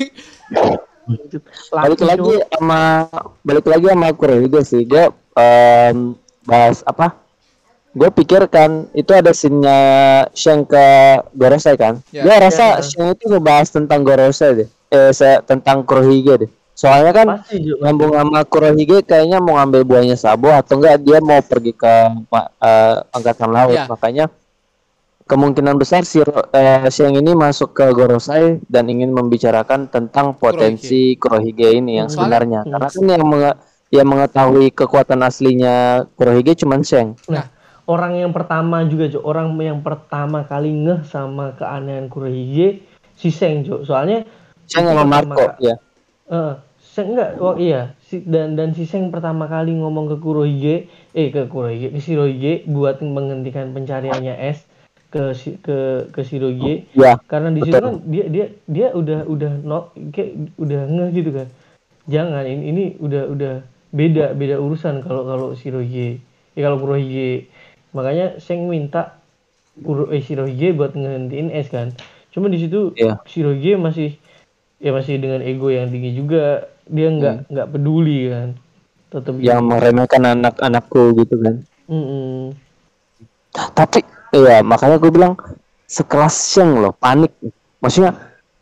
Balik Laki, lagi Cuk. sama balik lagi sama Kurohige sih. Gue em, bahas apa? Gue pikir kan itu ada scene-nya Shanks ke Gorosei kan. Ya. Gue rasa Ya. Shanks itu ngebahas tentang Gorosei deh. Eh, se- tentang Kurohige deh. Soalnya kan Pasti, Cuk. nyambung sama Kurohige kayaknya mau ngambil buahnya Sabo atau enggak dia mau pergi ke ma- eh, angkatan laut. Ya. Makanya kemungkinan besar si Ro- eh, Shanks ini masuk ke Gorosei dan ingin membicarakan tentang potensi Kurohige ini yang Soalnya- sebenarnya. Karena kan yang menge- yang mengetahui kekuatan aslinya Kurohige cuman Shanks. Nah, orang yang pertama juga, Cuk. Orang yang pertama kali ngeh sama keanehan Kurohige si Seng, Cuk. Soalnya Shanks itu sama pertama Marco ka- ya. Eh, Seng enggak, oh iya, si, dan dan si Seng pertama kali ngomong ke Kurohige, eh ke Kurohige, ke Shirohige buat menghentikan pencariannya S ke si- ke ke Shirohige. Ya. Karena di situ Betul. kan dia dia dia udah udah no, kayak udah ngeh gitu kan. Jangan ini ini udah udah beda beda urusan kalau kalau Shirohige. Ya kalau Kurohige. Makanya Seng minta Kuro eh Shirohige buat ngehentiin S kan. Cuma di situ Iya. Shirohige masih ya masih dengan ego yang tinggi juga. Dia nggak nggak peduli kan. Tetap Yang meremehkan anak-anakku gitu kan. Mm-mm. Tapi iya makanya gue bilang sekelas Shanks loh panik. Maksudnya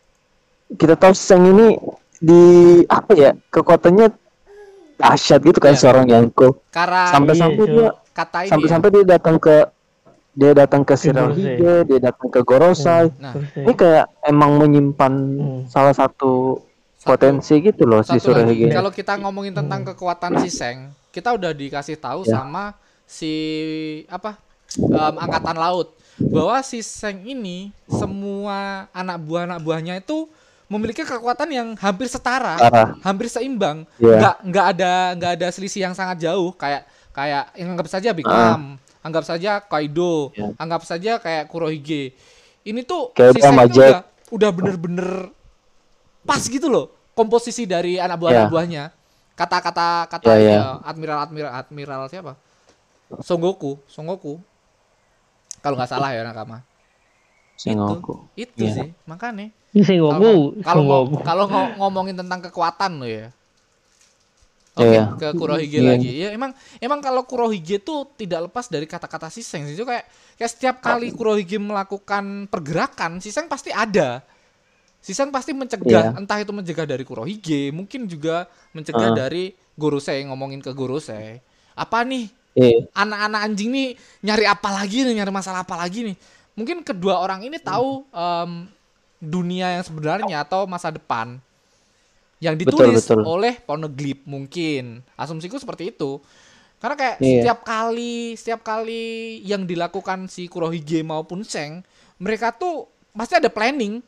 kita tahu Shanks ini di apa ya kekuatannya dahsyat gitu kan Iya. seorang Yonko. Karena Sampai-sampai Iya, dia kata ini sampai-sampai dia datang ke dia datang ke Shirohige, dia datang ke Gorosei. Nah, Terus ya, Ini kayak emang menyimpan Hmm. salah satu Satu- potensi gitu loh si satu lagi, Shirohige. kalau kita ngomongin tentang kekuatan si Seng, kita udah dikasih tahu Ya. sama si apa em, angkatan laut bahwa si Seng ini semua anak buah anak buahnya itu memiliki kekuatan yang hampir setara, Setara. hampir seimbang, Iya. nggak nggak ada nggak ada selisih yang sangat jauh kayak kayak yang anggap saja Big Ah. Mom, anggap saja Kaido, Ya. anggap saja kayak Kurohige. Ini tuh Kayak si dia Seng sama ini Jack. udah udah bener-bener pas gitu loh komposisi dari anak buah anak Ya. buahnya. Kata-kata kata Ya, ya. ya, admiral admiral admiral siapa? Son Goku, Son Goku. Kalau nggak salah ya Nakama. Sengoku. Itu, itu Iya. sih, makanya. Ini Sengoku, Kalau ngo- Sengoku. kalau ngo- ngomongin tentang kekuatan lo ya. Oke, Iya. ke Kurohige Iya. lagi. Ya emang emang kalau Kurohige tuh tidak lepas dari kata-kata Shiseng sih. Itu kayak kayak setiap kali Kurohige melakukan pergerakan, Shiseng pasti ada. Shiseng pasti mencegah, Iya. entah itu mencegah dari Kurohige, mungkin juga mencegah Uh. dari Gorosei, ngomongin ke Gorosei. Apa nih? Iya. Anak-anak anjing nih nyari apa lagi nih, nyari masalah apa lagi nih. Mungkin kedua orang ini tahu em, dunia yang sebenarnya atau masa depan yang ditulis Betul, betul. oleh Poneglyph mungkin. Asumsiku seperti itu. Karena kayak Iya. setiap kali setiap kali yang dilakukan si Kurohige maupun Sheng, mereka tuh pasti ada planning.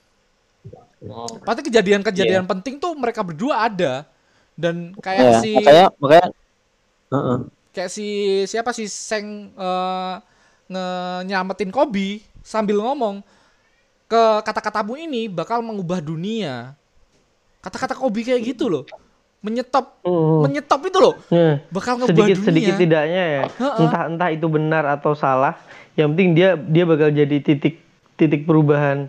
Pasti kejadian-kejadian Iya. penting tuh mereka berdua ada. Dan kayak Iya, si makanya makanya Heeh. kayak si siapa si Seng eh, ngenyamatin Kobe sambil ngomong ke kata-katamu ini bakal mengubah dunia. Kata-kata Kobe kayak gitu loh. Menyetop Hmm. menyetop itu loh. Nah, Bakal ngubah sedikit dunia. sedikit tidaknya ya. Heeh. Entah entah itu benar atau salah. Yang penting dia dia bakal jadi titik titik perubahan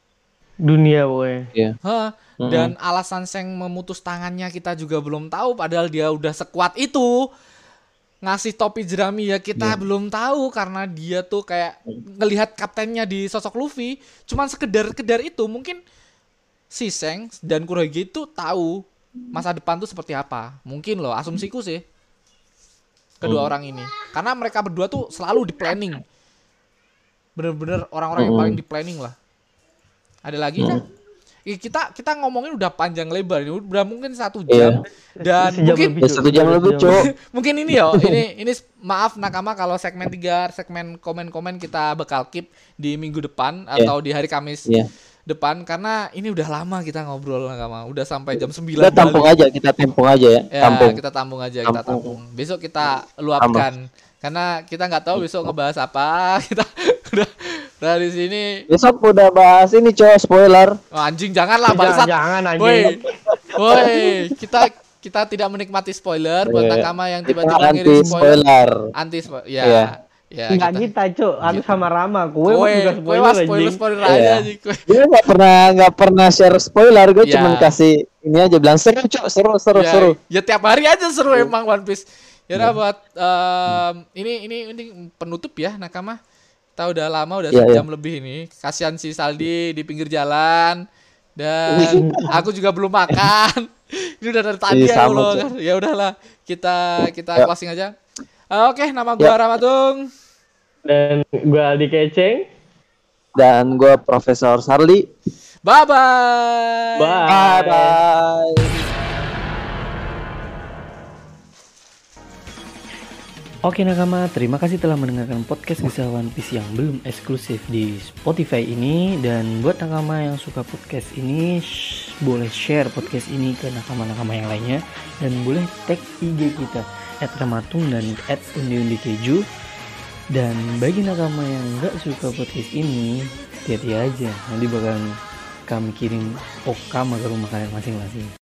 dunia pokoknya. Iya. Hah, dan alasan Seng memutus tangannya kita juga belum tahu padahal dia udah sekuat itu. Ngasih topi jerami ya kita belum tahu karena dia tuh kayak ngelihat kaptennya di sosok Luffy. Cuman sekedar-kedar itu mungkin si Seng dan Kurohige itu tahu masa depan tuh seperti apa. Mungkin loh, asumsiku sih. Kedua orang ini. Karena mereka berdua tuh selalu di planning. Bener-bener orang-orang yang paling di planning lah. Ada lagi kan? Ih, kita kita ngomongin udah panjang lebar ini udah mungkin satu jam dan Sejam mungkin lebih, Ya satu jam lebih, Cuk. mungkin ini yo ini ini maaf nakama kalau segmen tiga segmen komen-komen kita bakal keep di minggu depan atau di hari Kamis Iya. depan karena ini udah lama kita ngobrol nakama udah sampai jam sembilan Kita tampung kali. aja, kita tampung aja ya. Ya, Tampung. kita tampung aja kita Tampung. tampung besok kita luapkan karena kita nggak tahu besok ngebahas apa kita udah dari sini. Besok udah bahas ini, Cok, spoiler. Oh, anjing janganlah Jangan, bangsat. jangan, anjing. Woi. Woi, kita kita tidak menikmati spoiler buat Iya. nakama yang tiba-tiba Anti ngirim spoiler. spoiler. Anti spoiler. Ya. Iya. Ya, Enggak kita. kita, Cuk. Aku sama Rama. Kue Kowe, juga kowe spoiler mah spoiler anjing. spoiler Iya. aja anjing. Kowe. Gue nggak pernah nggak pernah share spoiler, gue Iya. cuman kasih ini aja bilang seru, Cok, seru, seru, Ya, seru. ya tiap hari aja seru emang One Piece. Ya udah buat em, ini ini ini penutup ya nakama. Kita udah lama udah Iya, sejam lebih ini. Kasihan si Saldi di pinggir jalan dan aku juga belum makan. Ini udah dari tadi Iya, ya sama, Allah. Cok. Ya udahlah kita kita Ya. closing aja. Ah, Oke, nama gua Ya. Ramatung. Dan gua Aldi Keceng. Dan gue Profesor Sarli. Bye bye. Bye. Bye bye. Oke nakama, terima kasih telah mendengarkan podcast Kisah One Piece yang belum eksklusif di Spotify ini. Dan buat nakama yang suka podcast ini, sh- boleh share podcast ini ke nakama-nakama yang lainnya. Dan boleh tag I G kita at ramatung dan at undi undi keju. Dan bagi nakama yang gak suka podcast ini, hati-hati aja, nanti bakal kami kirim okama ke rumah kalian masing-masing.